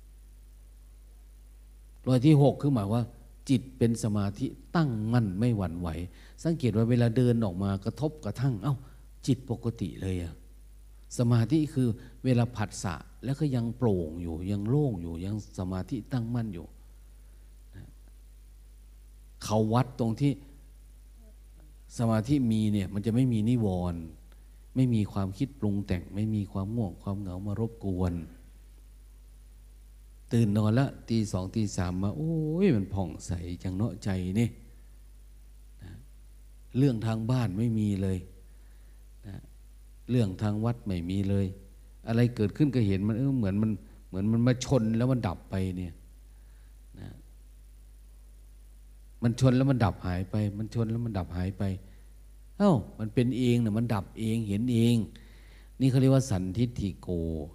รอยที่หกคือหมายว่าจิตเป็นสมาธิตั้งมั่นไม่หวั่นไหวสังเกตว่าเวลาเดินออกมากระทบกระทั่งเอ้าจิตปกติเลยอะสมาธิคือเวลาผัสสะแล้วก็ยังโปร่งอยู่ยังโล่งอยู่ยังสมาธิตั้งมั่นอยู่นะเขาวัดตรงที่สมาธิมีเนี่ยมันจะไม่มีนิวรณ์ไม่มีความคิดปรุงแต่งไม่มีความง่วงความเหงามารบกวนตื่นนอนละตีสองตีสามมาโอ้ยมันผ่องใสจังเนาะใจนี่นะเรื่องทางบ้านไม่มีเลยนะเรื่องทางวัดไม่มีเลยอะไรเกิดขึ้นก็เห็นมันเออเหมือนมันเหมือนมันมาชนแล้วมันดับไปเนี่ยนะมันชนแล้วมันดับหายไปมันชนแล้วมันดับหายไปเอ้ามันเป็นเองนะมันดับเองเห็นเองนี่เขาเรียกว่าสันทิฏฐิโก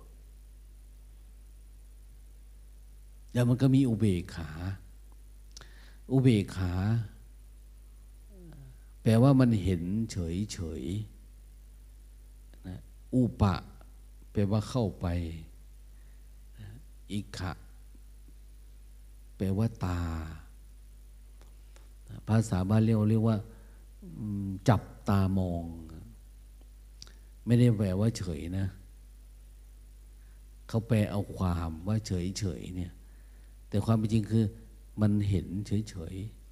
แล้วมันก็มีอุเบกขาอุเบกขาแปลว่ามันเห็นเฉยเฉยนะอุปะแปลว่าเข้าไปอิขะแปลว่าตาภาษาบาลีเรียกว่าจับตามองไม่ได้แปลว่าเฉยนะเขาแปลเอาความว่าเฉยเฉยเนี่ยแต่ความเป็นจริงคือมันเห็นเฉยเฉย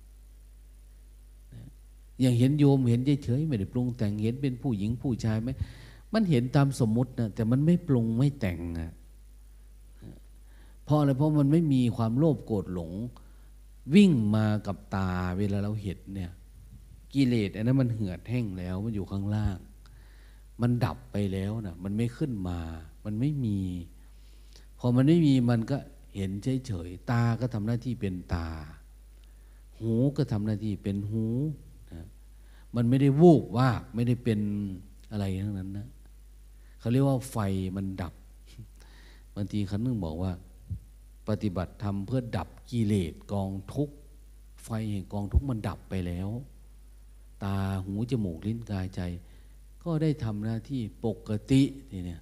อย่างเห็นโยมเห็นเฉยๆไม่ได้ปรุงแต่งเห็นเป็นผู้หญิงผู้ชายไหมมันเห็นตามสมมุตินะแต่มันไม่ปรุงไม่แต่งนะเพราะอะไรเพราะมันไม่มีความโลภโกรธหลงวิ่งมากับตาเวลาเราเห็นเนี่ยกิเลสอันนั้นมันเหือดแห้งแล้วมันอยู่ข้างล่างมันดับไปแล้วนะมันไม่ขึ้นมามันไม่มีพอมันไม่มีมันก็เห็นเฉยๆตาก็ทำหน้าที่เป็นตาหูก็ทำหน้าที่เป็นหูนะมันไม่ได้วูบวาบไม่ได้เป็นอะไรทั้งนั้นนะเขาเรียกว่าไฟมันดับบางทีเขานึงบอกว่าปฏิบัติธรรมเพื่อดับกิเลสกองทุกข์ไฟแห่งกองทุกข์มันดับไปแล้วตาหูจมูกลิ้นกายใจก็ได้ทำหน้าที่ปกติทีเนี่ย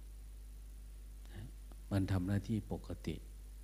มันทำหน้าที่ปกติ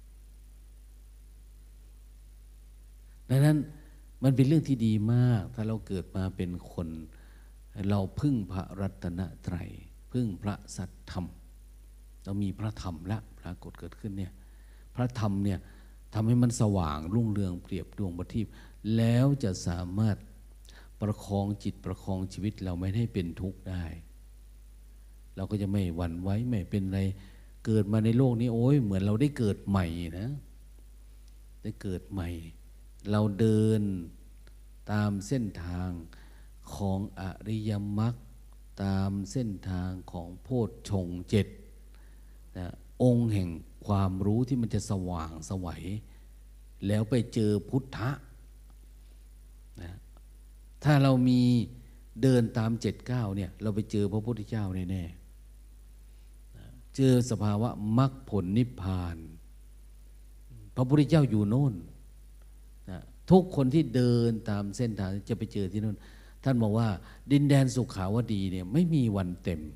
ดังนั้นมันเป็นเรื่องที่ดีมากถ้าเราเกิดมาเป็นคนเราพึ่งพระรัตนตรัยพึ่งพระสัทธรรมเรามีพระธรรมละปรากฏเกิดขึ้นเนี่ยพระธรรมเนี่ยทำให้มันสว่างรุ่งเรืองเปรียบดวงประทีปแล้วจะสามารถประคองจิตประคองชีวิตเราไม่ให้เป็นทุกข์ได้เราก็จะไม่หวั่นไหวไม่เป็นไรเกิดมาในโลกนี้โอ้ยเหมือนเราได้เกิดใหม่นะได้เกิดใหม่เราเดินตามเส้นทางของอริยมรรคตามเส้นทางของโพชฌงค์เจ็ดนะองค์แห่งความรู้ที่มันจะสว่างไสวแล้วไปเจอพุทธะนะถ้าเรามีเดินตามเจ็ดเก้าเนี่ยเราไปเจอพระพุทธเจ้าแน่ๆนะเจอสภาวะมรรคผลนิพพานพระพุทธเจ้าอยู่โน่นนะทุกคนที่เดินตามเส้นทางจะไปเจอที่โน่นท่านบอกว่าดินแดนสุขาวดีเนี่ยไม่มีวันเต็ม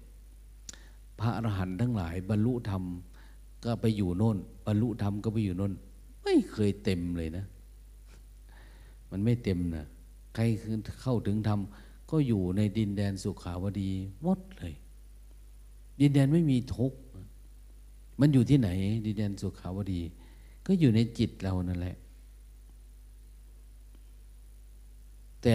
พระอรหันต์ทั้งหลายบรรลุธรรมก็ไปอยู่โน่นบรรลุธรรมก็ไปอยู่โน่นไม่ไม่เคยเต็มเลยนะมันไม่เต็มนะใครเข้าถึงธรรมก็อยู่ในดินแดนสุขาวดีหมดเลยดินแดนไม่มีทุกข์มันอยู่ที่ไหนดินแดนสุขาวดีก็อยู่ในจิตเรานั่นแหละแต่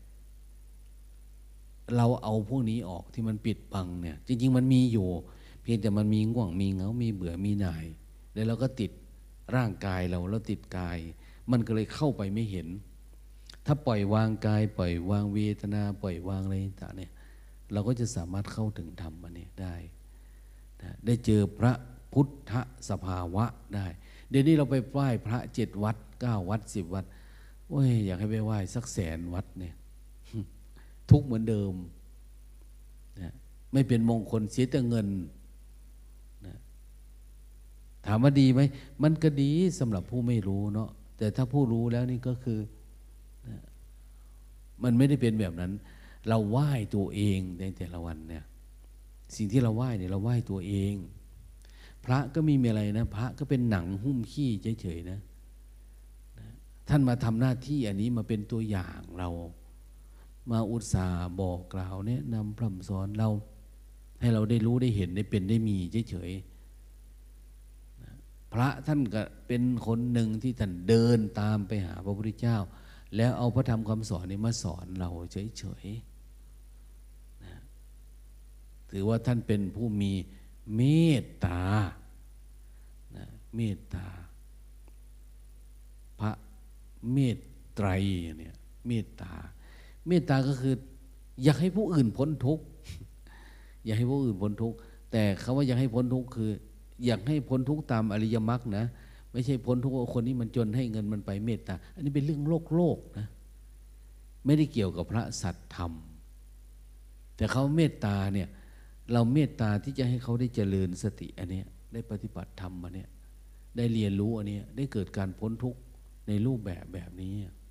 เราเอาพวกนี้ออกที่มันปิดบังเนี่ยจริงๆมันมีอยู่เพียงแต่มันมีง่วงมีเหงามีเบื่อมีหน่ายแล้วเราก็ติดร่างกายเราแล้วติดกายมันก็เลยเข้าไปไม่เห็นถ้าปล่อยวางกายปล่อยวางเวทนาปล่อยวางอะไรต่างเนี่ยเราก็จะสามารถเข้าถึงธรรมอันนี้ได้นะได้เจอพระพุทธสภาวะได้เดี๋ยวนี้เราไปไหว้พระเจ็ดวัดเก้าวัดสิบวัดโอ้ยอยากให้ไปไหว้สักแสนวัดเนี่ยทุกเหมือนเดิมนะไม่เป็นมงคลเสียแต่เงินนะถามว่าดีไหมมันก็ดีสำหรับผู้ไม่รู้เนาะแต่ถ้าผู้รู้แล้วนี่ก็คือนะมันไม่ได้เป็นแบบนั้นเราไหว้ตัวเองในแต่ละวันเนี่ยสิ่งที่เราไหว้เนี่ยเราไหว้ตัวเองพระก็มีมีอะไรนะพระก็เป็นหนังหุ้มขี้เฉยๆนะนะท่านมาทำหน้าที่อันนี้มาเป็นตัวอย่างเรามาอุตส่าห์บอกกล่าวแนะนำพร่ำสอนเราให้เราได้รู้ได้เห็นได้เป็นได้มีเฉยๆนะพระท่านก็เป็นคนหนึ่งที่ท่านเดินตามไปหาพระพุทธเจ้าแล้วเอาพระธรรมคำสอนนี้มาสอนเราเฉยๆนะถือว่าท่านเป็นผู้มีเมตตานะเมตตาพระเมตไตรเนี่ยเมตตาเมตตาก็คืออยากให้ผู้อื่นพ้นทุกข์อยากให้ผู้อื่นพ้นทุกข์แต่คำว่าอยากให้พ้นทุกข์คืออยากให้พ้นทุกข์ตามอริยมรรคนะไม่ใช่พ้นทุกข์ว่าคนนี้มันจนให้เงินมันไปเมตตาอันนี้เป็นเรื่องโลกโลกนะไม่ได้เกี่ยวกับพระสัตธรรมแต่เขาเมตตาเนี่ยเราเมตตาที่จะให้เขาได้เจริญสติอันนี้ได้ปฏิบัติธรรมอันนี้ได้เรียนรู้อันนี้ได้เกิดการพ้นทุกข์ในรูปแบบแบบนี้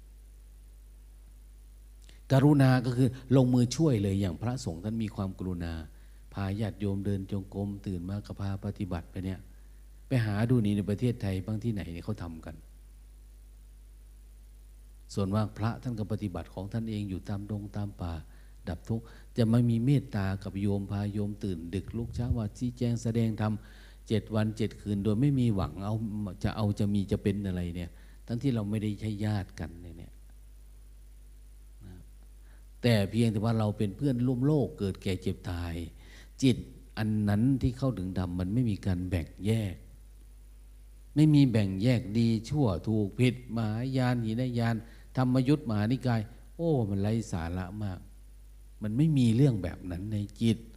กรุณาก็คือลงมือช่วยเลยอย่างพระสงฆ์ท่านมีความกรุณาพาญาติโยมเดินจงกรมตื่นมาก็พาปฏิบัติไปเนี่ยไปหาดูนี่ในประเทศไทยบางที่ไหนเนี่ยเขาทำกันส่วนมากพระท่านก็ปฏิบัติของท่านเองอยู่ตามดงตามป่าดับทุกข์จะไม่มีเมตตากับโยมพาโยมตื่นดึกลุกเช้าว่าชี้แจงแสดงธรรมเจ็ดวันเจ็ดคืนโดยไม่มีหวังเอาจะเอาจะมีจะเป็นอะไรเนี่ยทั้งที่เราไม่ได้ใช่ญาติกันเนี่ยแต่เพียงแต่ว่าเราเป็นเพื่อนร่วมโลกเกิดแก่เจ็บตายจิตอันนั้นที่เข้าถึงธรรมมันไม่มีการแบ่งแยกไม่มีแบ่งแยกดีชั่วถูกผิดมหายานหินยานธรรมยุทธมหานิกายโอ้มันไร้สาระมากมันไม่มีเรื่องแบบนั้นในจิต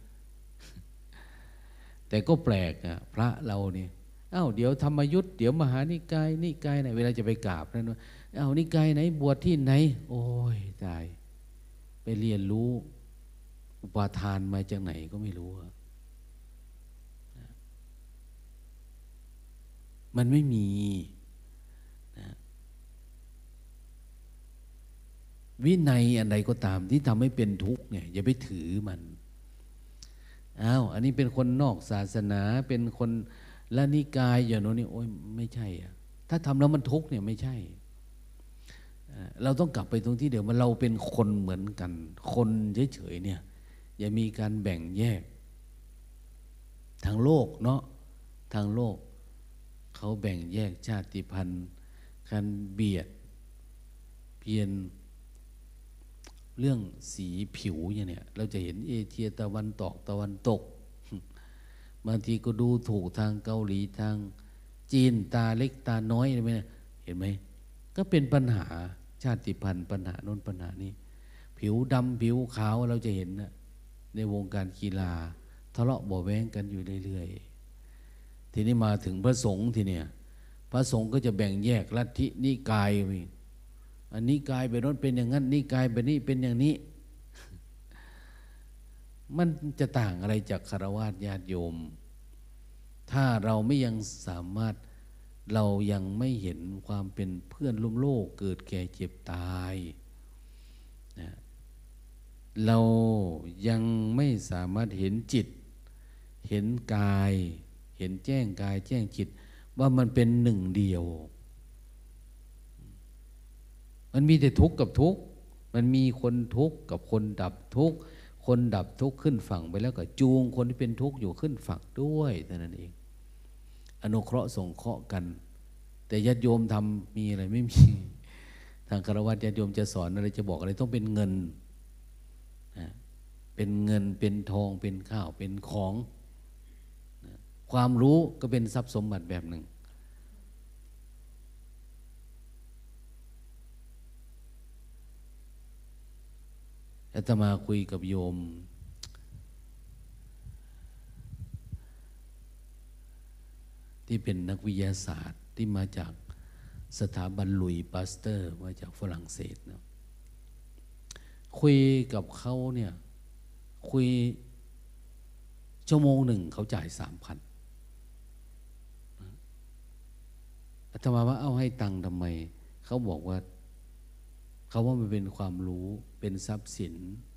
แต่ก็แปลกอะพระเราเนี่ยเอ้าเดี๋ยวธรรมยุทธเดี๋ยวมหานิกายนิกายไหนเวลาจะไปกราบนั่นว่าเอ้านิกายไหนบวชที่ไหนโอ้ยตายไปเรียนรู้อุปาทานมาจากไหนก็ไม่รู้มันไม่มีนะวินัยอันใดก็ตามที่ทำให้เป็นทุกข์เนี่ยอย่าไปถือมันอ้าวอันนี้เป็นคนนอกศาสนาเป็นคนละนิกายอย่างโน้นนี่โอ้ยไม่ใช่อะถ้าทำแล้วมันทุกข์เนี่ยไม่ใช่เราต้องกลับไปตรงที่เดียวมันเราเป็นคนเหมือนกันคนเฉยๆเนี่ยอย่ามีการแบ่งแยกทางโลกเนาะทางโลกเขาแบ่งแยกชาติพันธุ์การเบียดเพียนเรื่องสีผิวอย่างเนี้ยเราจะเห็นเอเชียตะวันตกตะวันตกบางทีก็ดูถูกทางเกาหลีทางจีนตาเล็กตาน้อยอะไรไหมเห็นไหมก็เป็นปัญหาชาติพันธุ์ปัญหาโน้นปัญหานี้ผิวดำผิวขาวเราจะเห็นนะในวงการกีฬาทะเลาะเบาะแว้งกันอยู่เรื่อยๆทีนี้มาถึงพระสงฆ์ทีเนี่ยพระสงฆ์ก็จะแบ่งแยกลัทธินิกายไปอันนี้กายไปโน้นเป็นอย่างนั้นนี่กายไปนี่เป็นอย่างนี้มันจะต่างอะไรจากฆราวาสญาติโยมถ้าเราไม่ยังสามารถเรายังไม่เห็นความเป็นเพื่อนร่วมโลกเกิดแก่เจ็บตายนะเรายังไม่สามารถเห็นจิตเห็นกายเห็นแจ้งกายแจ้งจิตว่ามันเป็นหนึ่งเดียวมันมีแต่ทุกข์กับทุกข์มันมีคนทุกข์กับคนดับทุกข์คนดับทุกข์ขึ้นฝั่งไปแล้วก็จูงคนที่เป็นทุกข์อยู่ขึ้นฝั่งด้วยเท่านั้นเองอนุเคราะห์สงเคราะห์กันแต่ญาติโยมทำมีอะไรไม่มีทางคฤหัสถ์ญาติโยมจะสอนอะไรจะบอกอะไรต้องเป็นเงินนะเป็นเงินเป็นทองเป็นข้าวเป็นของนะความรู้ก็เป็นทรัพย์สมบัติแบบหนึ่งอาตมาคุยกับโยมที่เป็นนักวิทยาศาสตร์ที่มาจากสถาบันลุยปาสเตอร์มาจากฝรั่งเศสนะคุยกับเขาเนี่ยคุยชั่วโมงหนึ่งเขาจ่ายสามพันอาตมาว่าเอาให้ตังค์ทำไมเขาบอกว่าเขาว่ามันเป็นความรู้เป็นทรัพย์สิน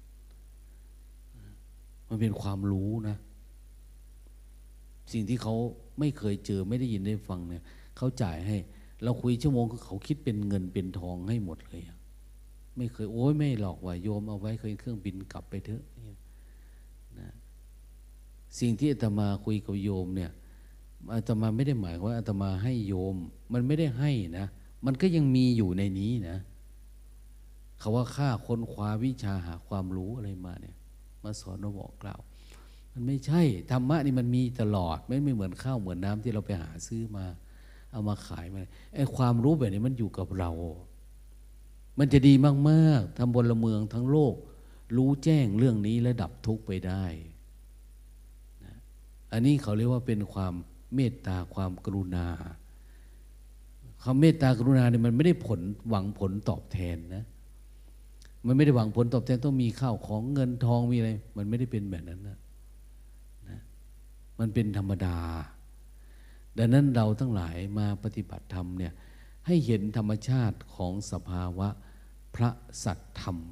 มันเป็นความรู้นะสิ่งที่เขาไม่เคยเจอไม่ได้ยินได้ฟังเนี่ยเขาจ่ายให้เราคุยชั่วโมงเขาคิดเป็นเงินเป็นทองให้หมดเลยไม่เคยโอ้ยไม่หลอกว่าโยมเอาไว้เคยเครื่องบินกลับไปเถอะนะสิ่งที่อาตมาคุยกับโยมเนี่ยอาตมาไม่ได้หมายว่าอาตมาให้โยมมันไม่ได้ให้นะมันก็ยังมีอยู่ในนี้นะเขาว่าข้าค้นคว้าวิชาหาความรู้อะไรมาเนี่ยมาสอนมาบอกกล่าวมันไม่ใช่ธรรมะนี่มันมีตลอดไม่ไม่เหมือนข้าวเหมือนน้ำที่เราไปหาซื้อมาเอามาขายมาไอ้ความรู้แบบนี้มันอยู่กับเรามันจะดีมากๆทำบนละเมืองทั้งโลกรู้แจ้งเรื่องนี้และดับทุกข์ไปได้นะอันนี้เขาเรียกว่าเป็นความเมตตาความกรุณาความเมตตากรุณาเนี่ยมันไม่ได้ผลหวังผลตอบแทนนะมันไม่ได้หวังผลตอบแทนต้องมีข้าวของเงินทองมีอะไรมันไม่ได้เป็นแบบนั้นนะนะมันเป็นธรรมดาดังนั้นเราทั้งหลายมาปฏิบัติธรรมเนี่ยให้เห็นธรรมชาติของสภาวะพระสัตธรรม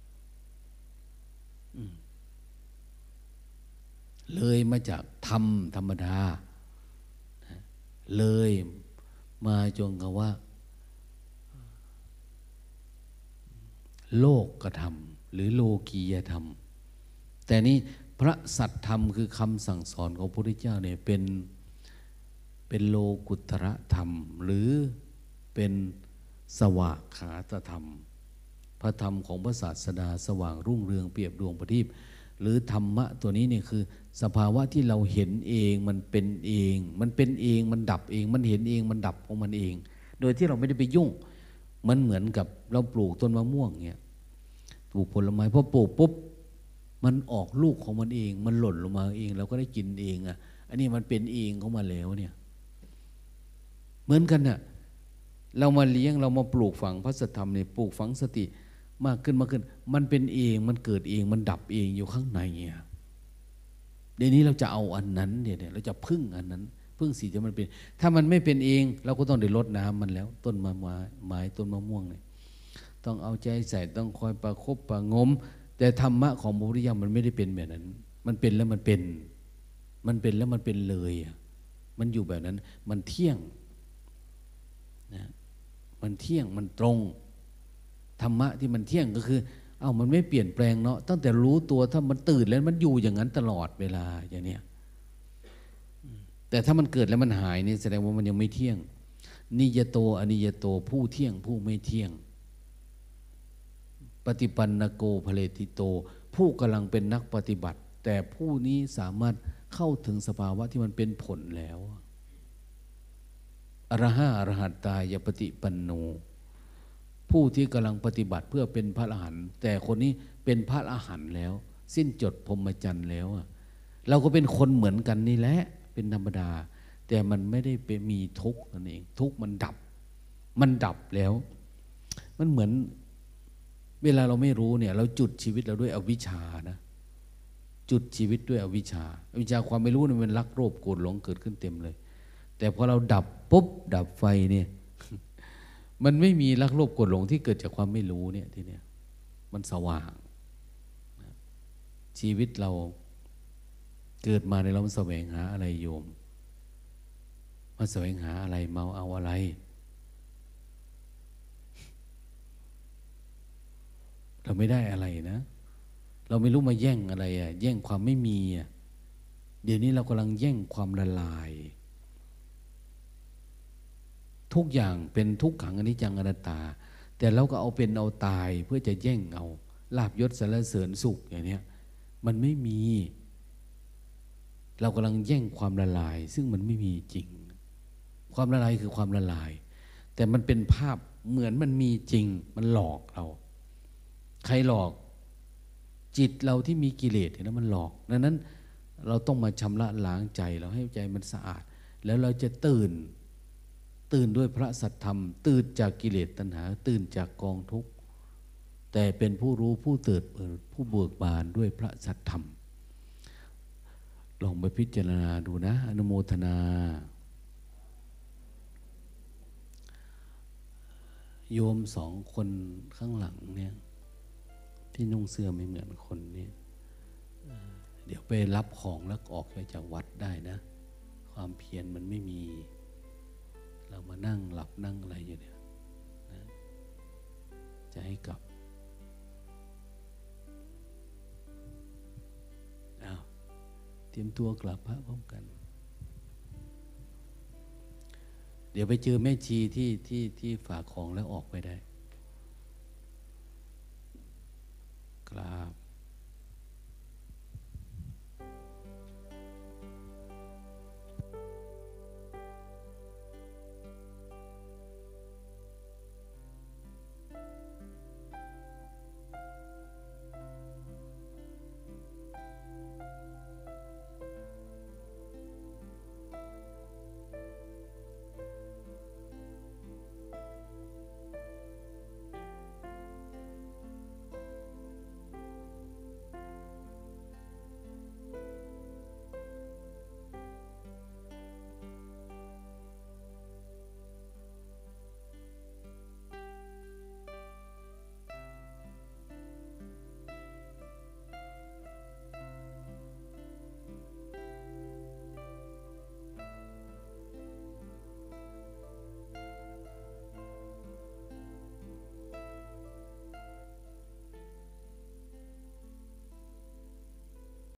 เลยมาจากธรรมธรรมดาเลยมาจนกับว่าโลกกธรรมหรือโลกียธรรมแต่นี้พระสัตธรรมคือคำสั่งสอนของพระพุทธเจ้าเนี่ยเป็นเป็นโลกุตระธรรมหรือเป็นสวากขาตธรรมพระธรรมของพระศาสดาสว่างรุ่งเรืองเปรียบดวงประทีปหรือธรรมะตัวนี้เนี่ยคือสภาวะที่เราเห็นเองมันเป็นเองมันเป็นเองมันดับเองมันเห็นเองมันดับของมันเองโดยที่เราไม่ได้ไปยุ่งมันเหมือนกับเราปลูกต้นมะม่วงเนี่ยปลูกผลไม้พอปลูกปุ๊บมันออกลูกของมันเองมันหล่นลงมาเองเราก็ได้กินเองอ่ะอันนี้มันเป็นเองของมันแล้วเนี่ยเหมือนกันน่ะเรามาเลี้ยงเรามาปลูกฝังพระสัทธรรมเนี่ยปลูกฝังสติมากขึ้นมากขึ้นมันเป็นเองมันเกิดเองมันดับเองอยู่ข้างในเนี่ยเดี๋ยวนี้เราจะเอาอันนั้นเนี่ยเราจะพึ่งอันนั้นพึ่งสิ่งที่มันเป็นถ้ามันไม่เป็นเองเราก็ต้องได้รดน้ำมันแล้วต้นมะไม้ไม้ต้นมะม่วงเนี่ยต้องเอาใจใส่ต้องคอยประคบประงมแต่ธรรมะของพระพุทธเจ้ามันไม่ได้เป็นแบบนั้นมันเป็นแล้วมันเป็นมันเป็นแล้วมันเป็นเลยมันอยู่แบบนั้นมันเที่ยงนะมันเที่ยงมันตรงธรรมะที่มันเที่ยงก็คือเอ้ามันไม่เปลี่ยนแปลงเนาะตั้งแต่รู้ตัวถ้ามันตื่นแล้วมันอยู่อย่างนั้นตลอดเวลาอย่างเนี้ยแต่ถ้ามันเกิดแล้วมันหายนี่แสดงว่ามันยังไม่เที่ยงนิยโตอนิยโตผู้เที่ยงผู้ไม่เที่ยงปฏิปันนโกภเลติโตผู้กำลังเป็นนักปฏิบัติแต่ผู้นี้สามารถเข้าถึงสภาวะที่มันเป็นผลแล้วอรหะอรหัตตายปฏิปันโนผู้ที่กำลังปฏิบัติเพื่อเป็นพระอรหันต์แต่คนนี้เป็นพระอรหันต์แล้วสิ้นจดพรหมจรรย์แล้วเราก็เป็นคนเหมือนกันนี่แหละเป็นธรรมดาแต่มันไม่ได้ไปมีทุกข์นั่นเองทุกข์มันดับมันดับแล้วมันเหมือนเวลาเราไม่รู้เนี่ยเราจุดชีวิตเราด้วยอวิชชานะจุดชีวิตด้วยอวิชชาอวิชชาความไม่รู้เนี่ยมันรักโลภโกรธหลงเกิดขึ้นเต็มเลยแต่พอเราดับปุ๊บดับไฟเนี่ยมันไม่มีรักโลภโกรธหลงที่เกิดจากความไม่รู้เนี่ยทีเนี้ยมันสว่างชีวิตเราเกิดมาในเราแสวงหาอะไรโยมมาแสวงหาอะไรเมาเอาอะไรเราไม่ได้อะไรนะเราไม่รู้มาแย่งอะไรอ่ะแย่งความไม่มีอ่ะเดี๋ยวนี้เรากำลังแย่งความละลายทุกอย่างเป็นทุกขังอนิจจังอนัตตาแต่เราก็เอาเป็นเอาตายเพื่อจะแย่งเอาลาภยศสรรเสริญสุขอย่างเนี้ยมันไม่มีเรากำลังแย่งความละลายซึ่งมันไม่มีจริงความละลายคือความละลายแต่มันเป็นภาพเหมือนมันมีจริงมันหลอกเราใครหลอกจิตเราที่มีกิเลสเห็นไหมมันหลอกดังนั้นเราต้องมาชำระล้างใจเราให้ใจมันสะอาดแล้วเราจะตื่นตื่นด้วยพระสัทธรรมตื่นจากกิเลสตัณหาตื่นจากกองทุกข์แต่เป็นผู้รู้ผู้ตื่นผู้เบิกบานด้วยพระสัทธรรมลองไปพิจารณาดูนะอนุโมทนาโยมสองคนข้างหลังเนี่ยที่นุ่งเสื้อไม่เหมือนคนนี้เดี๋ยวไปรับของแล้วออกไปจากวัดได้นะความเพียรมันไม่มีเรามานั่งหลับนั่งอะไรอยู่เนี่ยนะจะให้กลับอ้าวเตรียมตัวกลับพระพร้อมกันเดี๋ยวไปเจอแม่ชีที่ที่ที่ฝากของแล้วออกไปได้กราบ